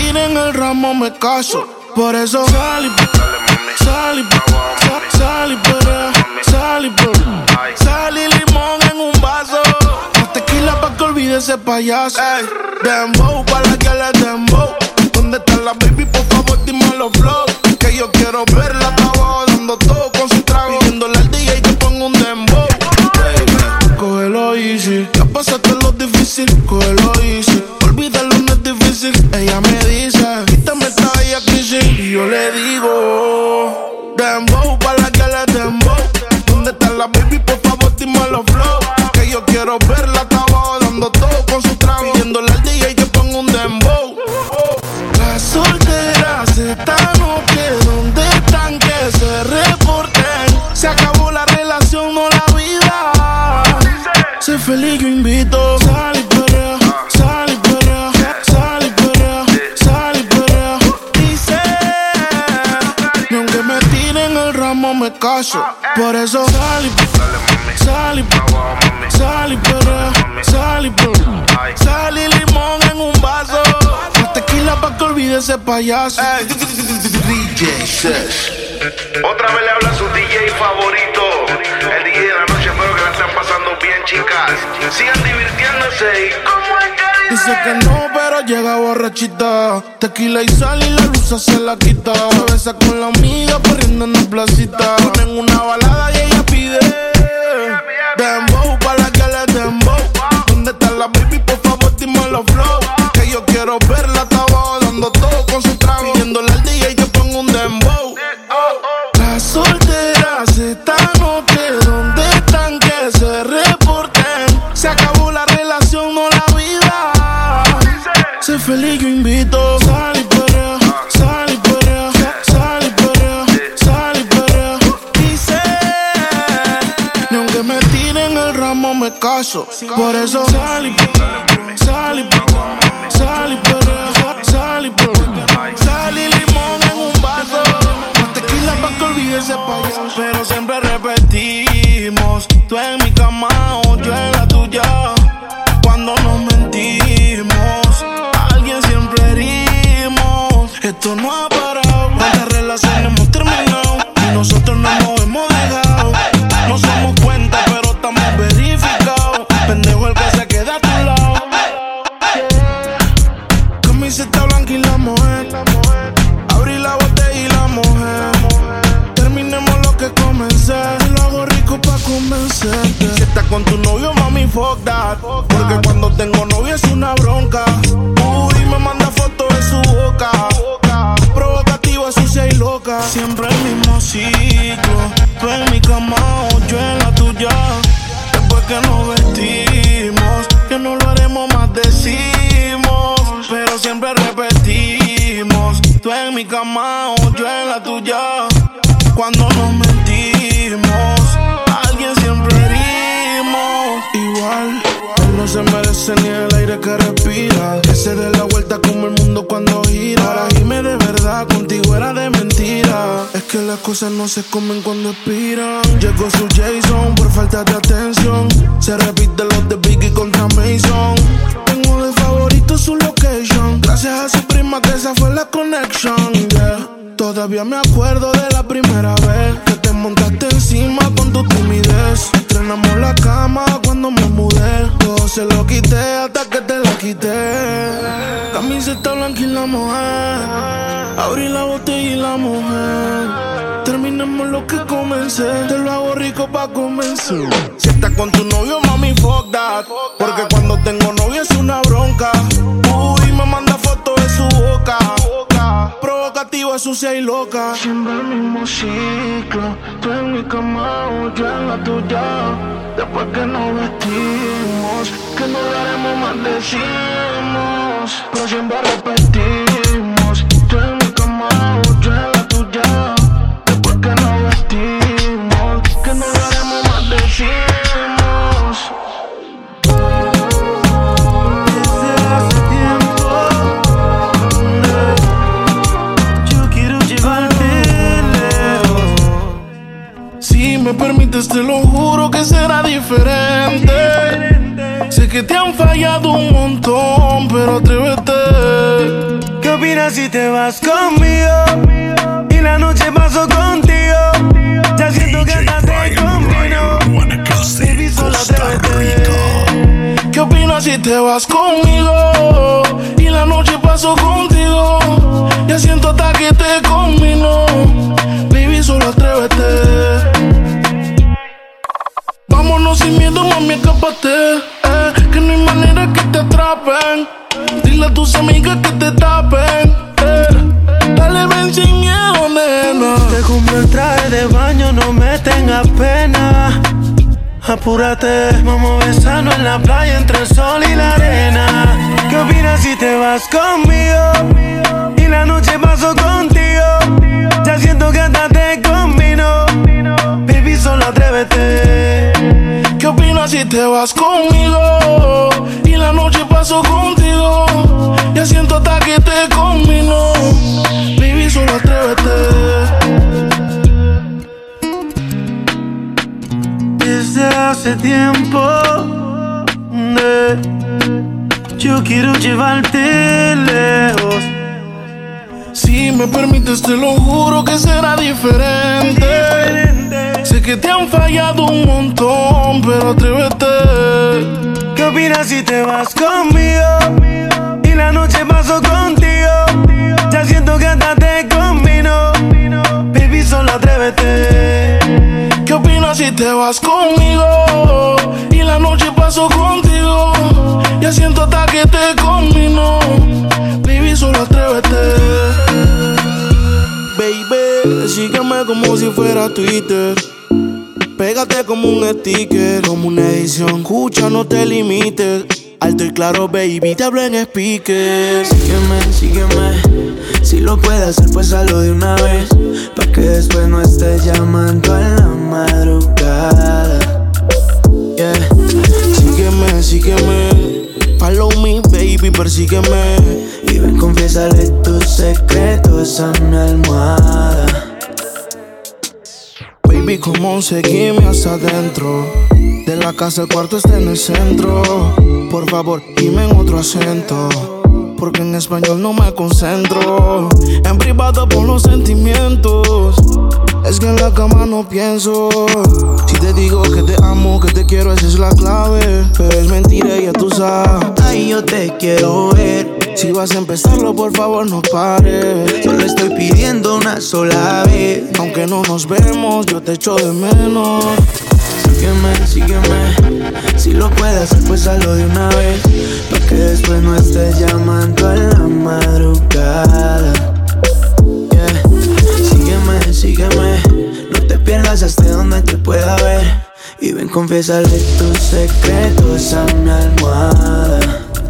tiren el ramo me caso. Por eso sal y sal y sal y perrea, sal y perrea, sal y limón en un vaso. Más tequila pa' que olvide ese payaso. Ey, dembow pa' la que le dembow. ¿Dónde está la baby? Por favor dime los flow. Que yo quiero verla, está abajo dando todo con su trago. Pidiéndole al D J que ponga un dembow. Baby, cógelo easy. Ya pasaste lo difícil, cógelo easy. Olvídalo, no es difícil. Ella me dice, quítame esta bella crisis. Y yo le digo, dembow pa' la que le dembow. ¿Dónde está la baby? Por favor dime los flow. Que yo quiero verla, está abajo dando todo con su trago. Pidiéndole al D J que ponga un dembow. Las solteras esta noche, ¿dónde están? Que se reporten. Se acabó la relación, no la vida. Sé feliz, yo invito. Sal y perrea, sal y perrea, sal y perrea, sal y perrea. Dice, ni aunque me tiren el ramo me caso. Por eso sal y sal y sal y perrea, sal y perrea, sal y limón en un vaso. Más tequila pa' que olvide ese payaso. D J Sesh. Otra vez le habla a su D J favorito, el D J de la noche. Espero que la estén pasando bien, chicas. Sigan divirtiéndose. ¿Y cómo es que dice? Dice que no, pero llega borrachita. Tequila y sal y la luz se la quita. Se besa con la amiga corriendo en la placita. Ponen una balada y ella pide dembow pa' la que le dembow. ¿Dónde está la baby? Por favor dime los flow. Que yo quiero verla, está abajo dando todo con su trago. Pidiéndole al D J que ponga un dembow. Las solteras esta noche, ¿dónde están? Que se reporten. Se acabó la relación, no la vida. Sé feliz, yo invito. Sal y perrea, sal y perrea, sal y perrea, sal y perrea. Dice, ni aunque me tiren el ramo me caso. Por eso sal y sal y sal y perrea, sal y perrea, sal y limón en un vaso. Más tequila pa' que olvide ese payaso. Pero siempre repetimos, tú en mi cama o yo en la tuya. Cuando nos mentimos, alguien siempre herimos. Esto no ha parado, las relaciones hemos terminado y nosotros no nos hemos dejado. No somos cuentas, pero estamos verificados. Pendejo el que se queda a tu lado. Camiseta blanca y la mujer. Abrí la botella y la mujer. Terminemos lo que comencé. Lo hago rico pa' convencerte. Si estás con tu novio, mami, fuck that. Porque cuando tengo novio es una bronca. Uy, me manda fotos de su boca. Provocativa, sucia y loca. Siempre el mismo ciclo. Tú en mi cama o yo en la tuya. Después que nos vestimos, que no lo haremos más, decimos. Pero siempre repetimos, tú en mi cama o yo en la tuya. Cuando nos mentimos, alguien siempre herimos. Igual, él no se merece ni el aire que respira. Que se dé la vuelta como el mundo cuando gira. Para irme de verdad, contigo era de mentira. Es que las cosas no se comen cuando expiran. Llegó su Jason por falta de atención. Se repite los de Biggie contra Mason. Tengo de favorito su location. Gracias a su prima que esa fue la connection, yeah. Todavía me acuerdo de la primera vez que te montaste encima con tu timidez. Estrenamos la cama cuando me mudé. Todo se lo quité hasta que te la quité. Camiseta blanca y la mujer. Abrí la botella y la mujer. Terminemos lo que comencé. Te lo hago rico pa' convencer. Si estás con tu novio, mami, fuck that. Porque cuando tengo novio es una bronca. Uy, me manda fotos de su boca. Provocativa, sucia y loca. Siempre el mismo ciclo. Tú en mi cama o yo en la tuya. Después que nos vestimos, que no lo haremos más, decimos. Pero siempre repetimos. Tú en mi cama o yo en la tuya. Después que nos vestimos, que no lo haremos más, decimos. Si me permites, te lo juro que será diferente. Sé que te han fallado un montón, pero atrévete. Que opinas si te vas conmigo? Y la noche paso contigo. Ya siento que estás de conmigo. Baby, solo atrévete. ¿Qué opinas si te vas conmigo? Y la noche paso contigo. Ya siento hasta que te combino. Baby, solo atrévete. Vámonos sin miedo, mami, escápate. Eh, que no hay manera que te atrapen. Dile a tus amigas que te tapen. Eh, dale, ven sin miedo, nena. Te compro el traje de baño, no me tengas pena. Apúrate, vamos a besarnos en la playa entre el sol y la arena. ¿Qué opinas si te vas conmigo? Y la noche paso contigo. Ya siento que hasta te combino. Baby, solo atrévete. ¿Qué opinas si te vas conmigo? Y la noche paso contigo. Ya siento hasta que te combino. Baby, solo atrévete. Desde hace tiempo eh, yo quiero llevarte lejos. Si me permites te lo juro que será diferente, diferente. Sé que te han fallado un montón, pero atrévete. ¿Qué opinas si te vas conmigo? Y la noche paso contigo. Ya siento que hasta te combino. Baby, solo atrévete. ¿Qué opinas si te vas conmigo? Y la noche paso contigo. Ya siento hasta que te combino. Baby, solo atrévete. Baby, sígueme como si fuera Twitter. Pégate como un sticker, como una edición. Escucha, no te limites. Alto y claro, baby, te hablo en speaker. Sígueme, sígueme. Si lo puedes hacer, pues hazlo de una vez. Pa' que después no estés llamando a la madrugada. Yeah. Sígueme, sígueme. Follow me, baby, persígueme. Y ven, confiésale tus secretos a mi almohada. Baby, como seguime hasta adentro. De la casa el cuarto está en el centro. Por favor, dime en otro acento, porque en español no me concentro. En privado por los sentimientos. Es que en la cama no pienso. Si te digo que te amo, que te quiero, esa es la clave. Pero es mentira, ya tú sabes. Ay, yo te quiero ver. Si vas a empezarlo, por favor, no pares. Solo estoy pidiendo una sola vez. Aunque no nos vemos, yo te echo de menos. Sígueme, sígueme. Si lo puedes hacer, pues hazlo de una vez. Pa' que después no estés llamando a la madrugada. Yeah. Sígueme, sígueme. No te pierdas hasta donde te pueda ver. Y ven, confiésale tus secretos a mi almohada.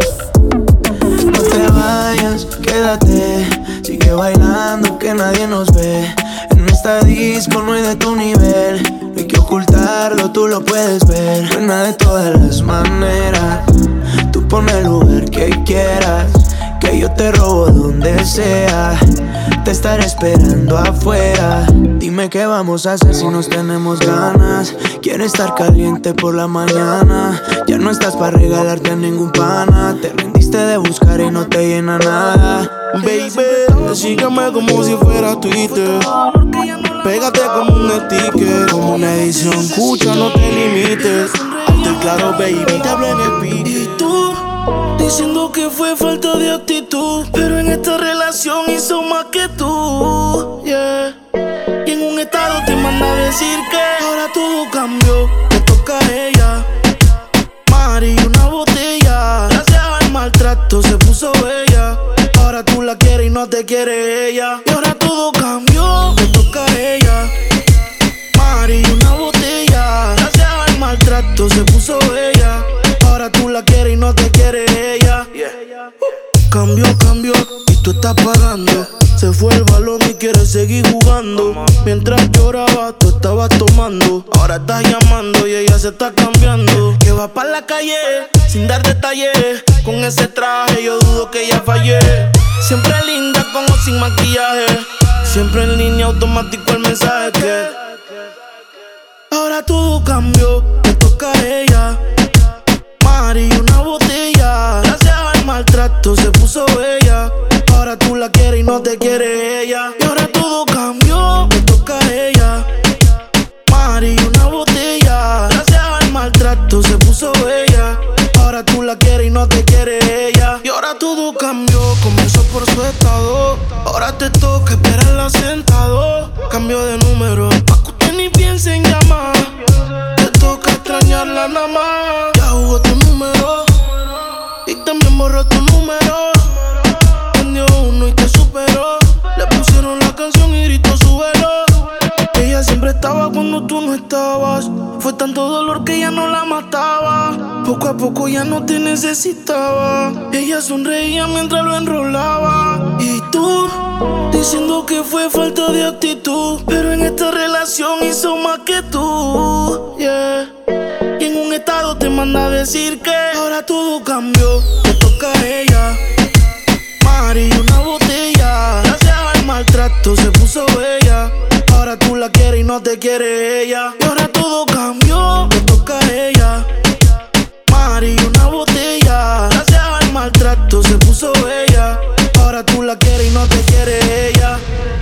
No te vayas, quédate. Sigue bailando que nadie nos ve. En esta disco no hay de tu nivel. No hay que ocultarlo, tú lo puedes ver. Buena de todas las maneras. Tú pon el lugar que quieras, que yo te robo donde sea. Te estaré esperando afuera. Dime qué vamos a hacer si nos tenemos ganas. Quiero estar caliente por la mañana. Ya no estás para regalarte a ningún pana. Te rendiste de buscar y no te llena nada. Baby, sígueme como si fuera Twitter. Pégate como un sticker, como una edición. Escucha, no te limites. Alto y claro, baby, te hablo en el pique. Y tú, diciendo que fue falta de actitud, pero en esta relación hizo más que tú, yeah. Y en un estado te manda a decir que ahora todo cambió, te toca a ella. Mari, una botella. Gracias al maltrato se puso bella. Ahora tú la quieres y no te quiere ella. Y ahora todo cambió, te toca a ella. Mari, una botella. Gracias al maltrato se puso bella. Ahora tú la quieres y no te quiere ella. Yeah. Uh. Cambió, cambió y tú estás pagando. Se fue el balón y quieres seguir jugando. Mientras lloraba, tú estabas tomando. Ahora estás llamando y ella se está cambiando. Que va pa' la calle sin dar detalles. Con ese traje yo dudo que ella fallé. Siempre linda con o sin maquillaje. Siempre en línea automático el mensaje que ahora todo cambió, te toca a ella. Mari, una botella. Gracias al maltrato se puso bella. Ahora tú la quieres y no te quiere ella. Y ahora todo cambió, me toca a ella. Mari, una botella. Gracias al maltrato se puso bella. Ahora tú la quieres y no te quiere ella. Y ahora todo cambió, comenzó por su estado. Ahora te toca esperarla sentado. Cambio de número, pa' que usted ni piense en llamar. Te toca extrañarla nada más. Ya jugó tu número y también borró tu número. Prendió uno y te superó. Le pusieron la canción y gritó súbelo. Ella siempre estaba cuando tú no estabas. Fue tanto dolor que ya no la mataba. Poco a poco ya no te necesitaba. Ella sonreía mientras lo enrolaba. Y tú, diciendo que fue falta de actitud. Pero en esta relación hizo más que tú, yeah. Y en un estado te manda a decir que ahora todo cambió, te toca a ella. Mari, una botella. Gracias al maltrato se puso bella. Ahora tú la quieres y no te quiere ella. Y ahora todo cambió, te toca a ella. Mari, una botella. Gracias al maltrato se puso bella. Ahora tú la quieres y no te quiere ella.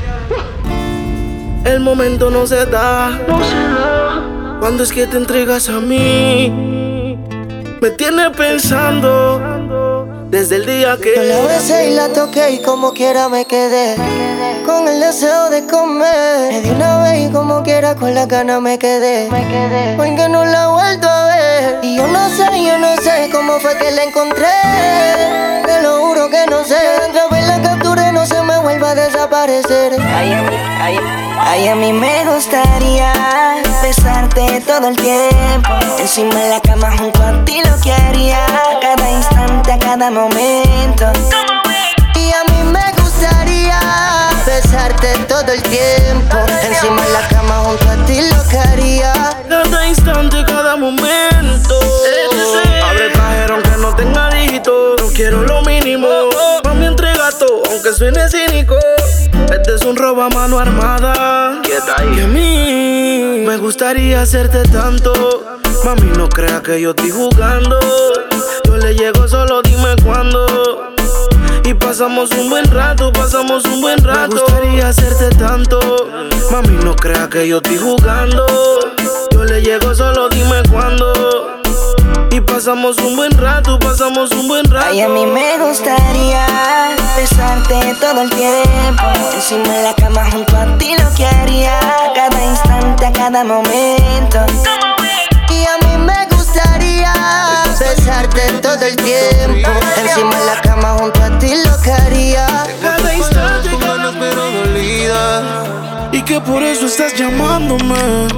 El momento no se da, no se da. Cuando es que te entregas a mí, me tiene pensando desde el día que yo la besé y la toqué y como quiera me quedé con el deseo de comer. Me di una vez y como quiera con la gana me quedé, porque no la he vuelto a ver. Y yo no sé, yo no sé cómo fue que la encontré. Te lo juro que no sé. Otra vez la capturé, no se me vuelva a desaparecer. Ay, a mí, ay, ay, a mí me gustaría besarte todo el tiempo. Encima de la cama junto a ti lo que haría. Cada instante, a cada momento. Y a mí me gustaría besarte todo el tiempo. Encima de la cama junto a ti lo que haría. Cada instante, cada momento. Abre trajero aunque no tenga dígito. No quiero lo mínimo. Mami, entrega todo, aunque suene cínico. Este es un robo a mano armada. Y a mí me gustaría hacerte tanto. Mami, no creas que yo estoy jugando. Yo le llego, solo dime cuándo. Y pasamos un buen rato, pasamos un buen rato. Me gustaría hacerte tanto. Mami, no creas que yo estoy jugando. Yo le llego, solo dime cuándo. Y pasamos un buen rato, pasamos un buen rato. Ay, a mí me gustaría besarte todo el tiempo. Encima de la cama junto a ti lo que haría. Cada instante, a cada momento. Y a mí me gustaría besarte todo el tiempo. Encima de la cama junto a ti lo que haría. Cada instante, con ganas pero dolida. Y que por eso estás llamándome.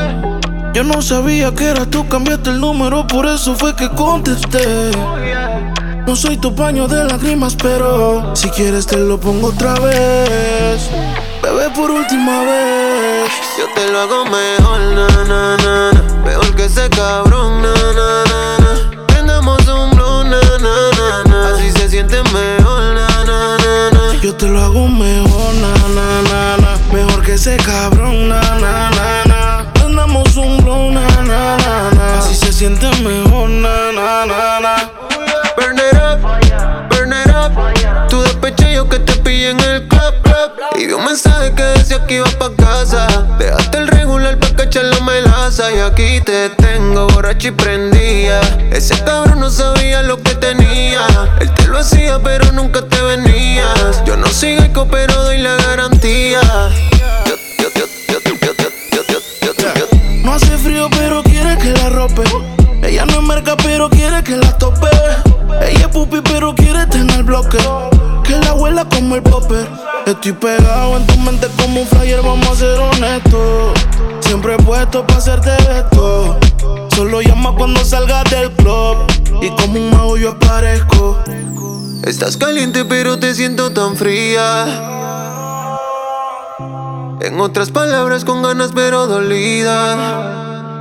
Yo no sabía que eras tú, cambiaste el número, por eso fue que contesté. No soy tu paño de lágrimas, pero si quieres te lo pongo otra vez. Bebé, por última vez. Yo te lo hago mejor, na, na, na, na. Mejor que ese cabrón, na, na, na, na. Prendamos un blow, na, na, na, na. Así se siente mejor, na, na, na, na. Yo te lo hago mejor, na, na, na, na. Mejor que ese cabrón, na, na, na, na. Prendamos un blow, na, na, na, na. Así se siente mejor, na, na, na, na. Burn it up, burn it up. Tú despecha yo que te pillé en el club, club. Y vi un mensaje que decía que iba pa' casa. Dejaste el regular pa' cachar la melaza. Y aquí te tengo borracha y prendía. Ese cabrón no sabía lo que tenía. Él te lo hacía pero nunca te venías. Yo no soy geico pero doy la garantía. Yo, yo, yo, yo, yo, yo, yo, yo, yo, yo, yo. No hace frío pero quiere que la rope. Ella no es merca pero quiere que la tope. Ella es pupi pero quiere tener bloque. Que la abuela como el popper. Estoy pegado en tu mente como un flyer, vamos a ser honestos. Siempre puesto pa' hacerte esto. Solo llama cuando salgas del club. Y como un mago yo aparezco. Estás caliente pero te siento tan fría. En otras palabras, con ganas pero dolida.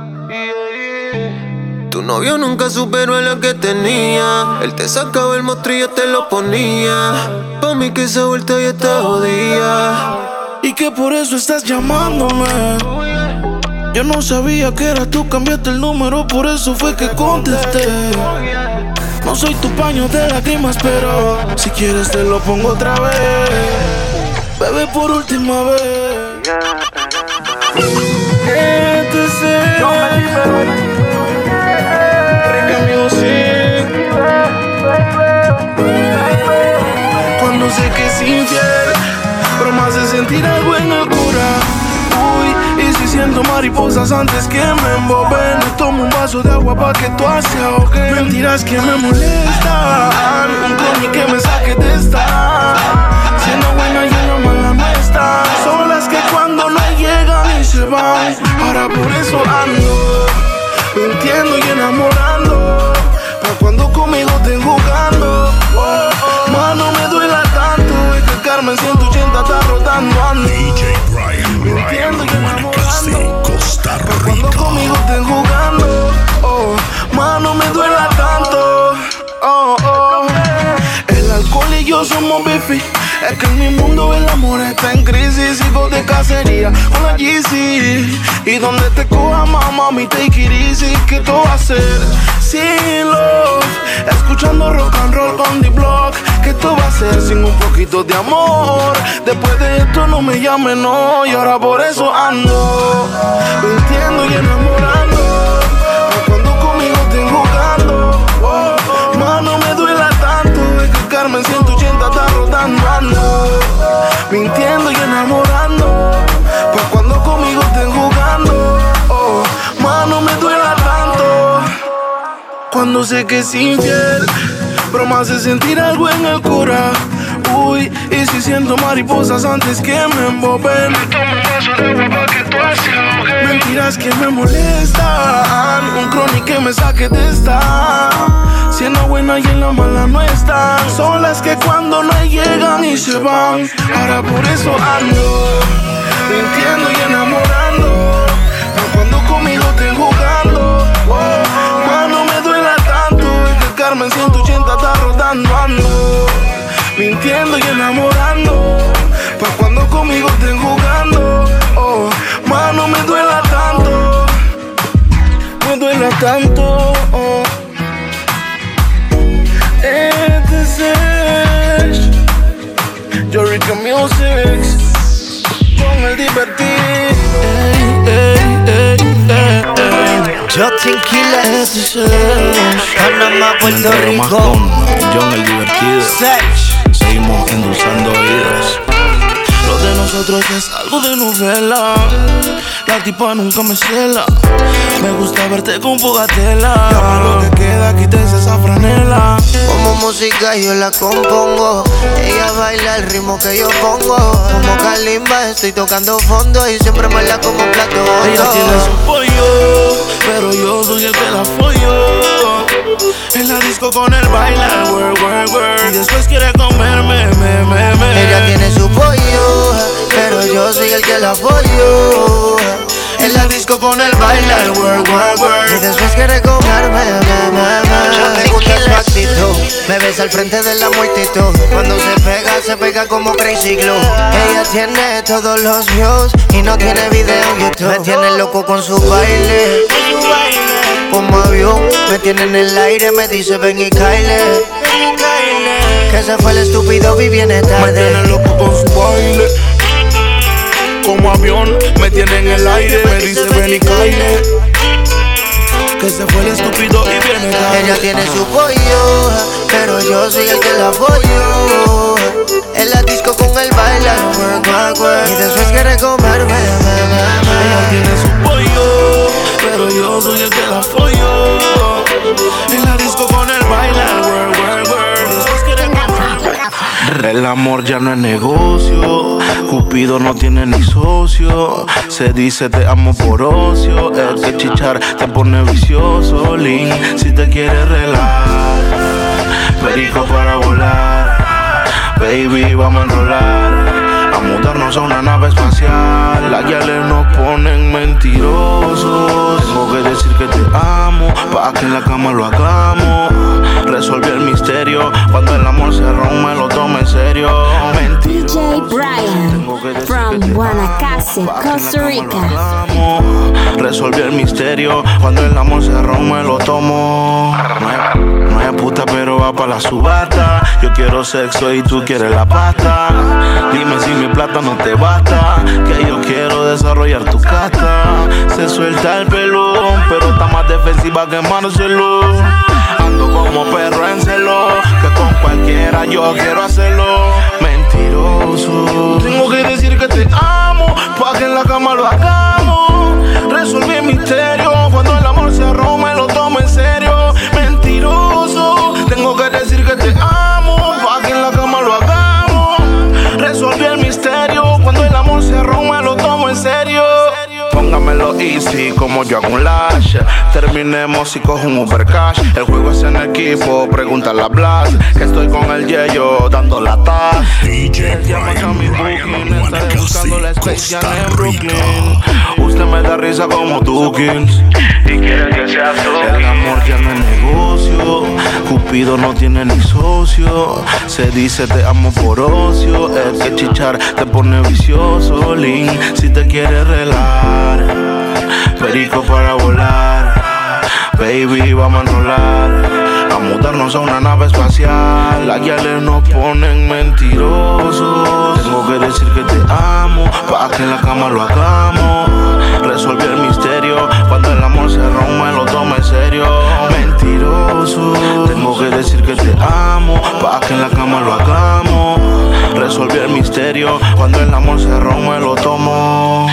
Tu novio nunca superó a la que tenía. Él te sacaba el mostrillo, te lo ponía. Pa' mí que esa vuelta ya está jodida. Y que por eso estás llamándome. Yo no sabía que eras tú, cambiaste el número, por eso fue que contesté. No soy tu paño de lágrimas, pero si quieres te lo pongo otra vez. Bebé, por última vez. Que te sé. Rica Music. Cuando sé que es infiel, pero me hace sentir algo en el cura. Uy, y si siento mariposas antes que me emboben, me tomo un vaso de agua pa' que tú se ahogue. Mentiras que me molestan, un clon que me saque de esta. Siendo buena y en la mala no está. Son las que cuando no llegan y se van. Ahora por eso ando mintiendo y enamorando, pa' cuando conmigo estén jugando. Oh, oh, mano, me duela tanto, es que el Carmen ciento ochenta está rotando. Ando D J Brian, mintiendo y enamorando, Costa pa' cuando Rica. conmigo estén jugando. Oh, mano, me duela tanto. Oh, oh. El alcohol y yo somos bifi. Es que en mi mundo el amor está en crisis. Sigo de cacería con la G C. Y donde te coja mamá, mi take it easy. ¿Qué tú vas a hacer sin love? Escuchando rock and roll con The Block. ¿Qué tú vas a hacer sin un poquito de amor? Después de esto no me llames, no. Y ahora por eso ando mintiendo y enamorando, cuando conmigo estén jugando. Oh, mano, me duela tanto, es que el Carmen ciento ochenta está rodando. Ando mintiendo y enamorando, pa' cuando conmigo estén jugando. Oh, mano, me duela tanto, cuando sé que es infiel, pero me hace sentir algo en el cora. Uy, y si siento mariposas antes que me emboben, me tomo un vaso de agua pa' que tú se ahogue. Mentiras que me molestan, un chronic que me saque de esta. Siendo buena y en la mala no están. Son las que cuando no llegan y se van. Ahora por eso ando mintiendo y enamorando, pa' cuando conmigo estén jugando. Oh, mano, me duela tanto, es que el Carmen ciento ochenta está rodando. Ando mintiendo y enamorando, pa' cuando conmigo estén jugando. Oh, mano, me duela tanto, me duela tanto. Oh. Este es Rica Music con el divertido. Ey, ey, ey, ey. Justin Quiles, Panamá, Puerto Rico. John el divertido. Seguimos endulzando oídos. Lo de nosotros es algo de novela. La tipa nunca me cela. Me gusta verte con fogatela. Llama lo que queda, quítese esa franela. Como música yo la compongo. Ella baila el ritmo que yo pongo. Como Kalimba estoy tocando fondo y siempre me la como un plato hondo. Ella tiene su pollo, pero yo soy el que la follo. En la disco con el bailar, work, work, work. Y después quiere comerme, me, me, me. Ella tiene su pollo, pero yo soy el que la apoyo. En la disco con el bailar, work, work, work. Y después quiere comerme, me, me, me. Me gusta su actitud, me besa al frente de la multitud. Cuando se pega, se pega como Crazy Glue. Ella tiene todos los views y no tiene video en YouTube. Me tiene loco con su baile, como avión, me tiene en el aire, me dice ven y caile. Que se fue el estúpido, vi viene tarde. Me tiene loco con su baile, como avión, me tiene en el aire, me dice ven y caile. Que se fue el estúpido y viene tarde. Ella tiene su pollo, pero yo soy el que la apoyo. En la disco con el bailar, work, work, work. Y después quiere comerme, me, me, me. Ella tiene su pollo, pero yo soy el que la apoyo. En la disco con el bailar, work, work, work. Y después quiere comerme. El amor ya no es negocio, Cupido no tiene ni socio. Se dice te amo por ocio, el que chichar te pone vicioso. Lin, si te quieres relajar, perico para volar. Baby, vamos a enrolar, a mudarnos a una nave espacial. Las guiales nos ponen mentirosos. Tengo que decir que te amo, pa' que en la cama lo hagamos. Resolví el misterio, cuando el amor se rompe lo tomo en serio. D J Brian, from Guanacaste, Costa Rica. Resolví el misterio, cuando el amor se rompe lo tomo. No hay, no hay es puta pero va pa' la subasta. Yo quiero sexo y tú quieres la pasta. Dime si mi plata no te basta, que yo quiero desarrollar tu casta. Se suelta el pelón, pero está más defensiva que Marcelo. Ando como perro en celo, que con cualquiera yo quiero hacerlo. Mentiroso, tengo que decir que te amo, pa' que en la cama lo hagamos. Resolví el misterio, cuando el amor se arroma lo tomo en serio. Mentiroso, tengo que decir que te amo, pa' que en la cama lo hagamos. Resolví el misterio, cuando el amor se arroma lo tomo en serio. Póngamelo easy como yo hago un lash. Terminemos y cojo un Uber Cash. El juego es en equipo, pregúntale a Blas, que estoy con el Yeyo dando la taz. D J Brian, estaré buscando la Space Jam en Brooklyn. Usted me da risa como Dukins y quiere que sea tú. El amor ya no es negocio, Cupido no tiene ni socio. Se dice te amo por ocio, es que chichar te pone vicioso. Lin, si te quieres relar, perico para volar, baby, vamos a enrolar, a mudarnos a una nave espacial. Las guiales nos ponen mentirosos. Tengo que decir que te amo, pa' que en la cama lo hagamos. Resolví el misterio, cuando el amor se rompe lo tome en serio. Mentiroso, tengo que decir que te amo, pa' que en la cama lo hagamos. Resolví el misterio, cuando el amor se rompe lo tomo.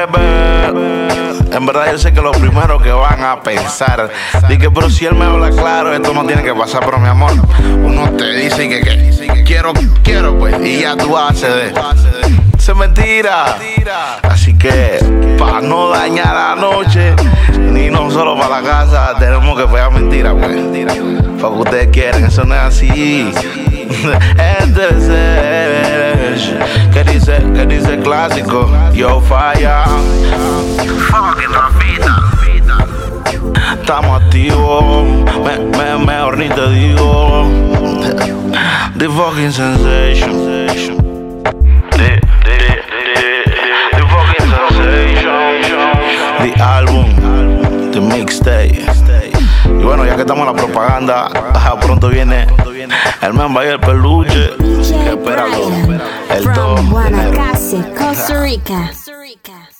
Bebé, en verdad yo sé que lo primero que van a pensar, dije, pero si él me habla claro, esto no tiene que pasar. Pero mi amor, uno te dice que, que quiero, quiero pues, y ya tú haces de se mentira. Así que para no dañar la noche, ni no solo para la casa, tenemos que pegar mentira, pues, para que ustedes quieran, eso no es así. Este es el que dice, que dice clásico, yo falla. Fucking Rafita, estamos activos, me, me, mejor ni te digo. The fucking sensation, the, the, the, the fucking sensation, the album, the mixtape. Y bueno, ya que estamos en la propaganda, pronto viene el Memba y el peluche. Que espéralo, el From Guanacaste, Costa Rica.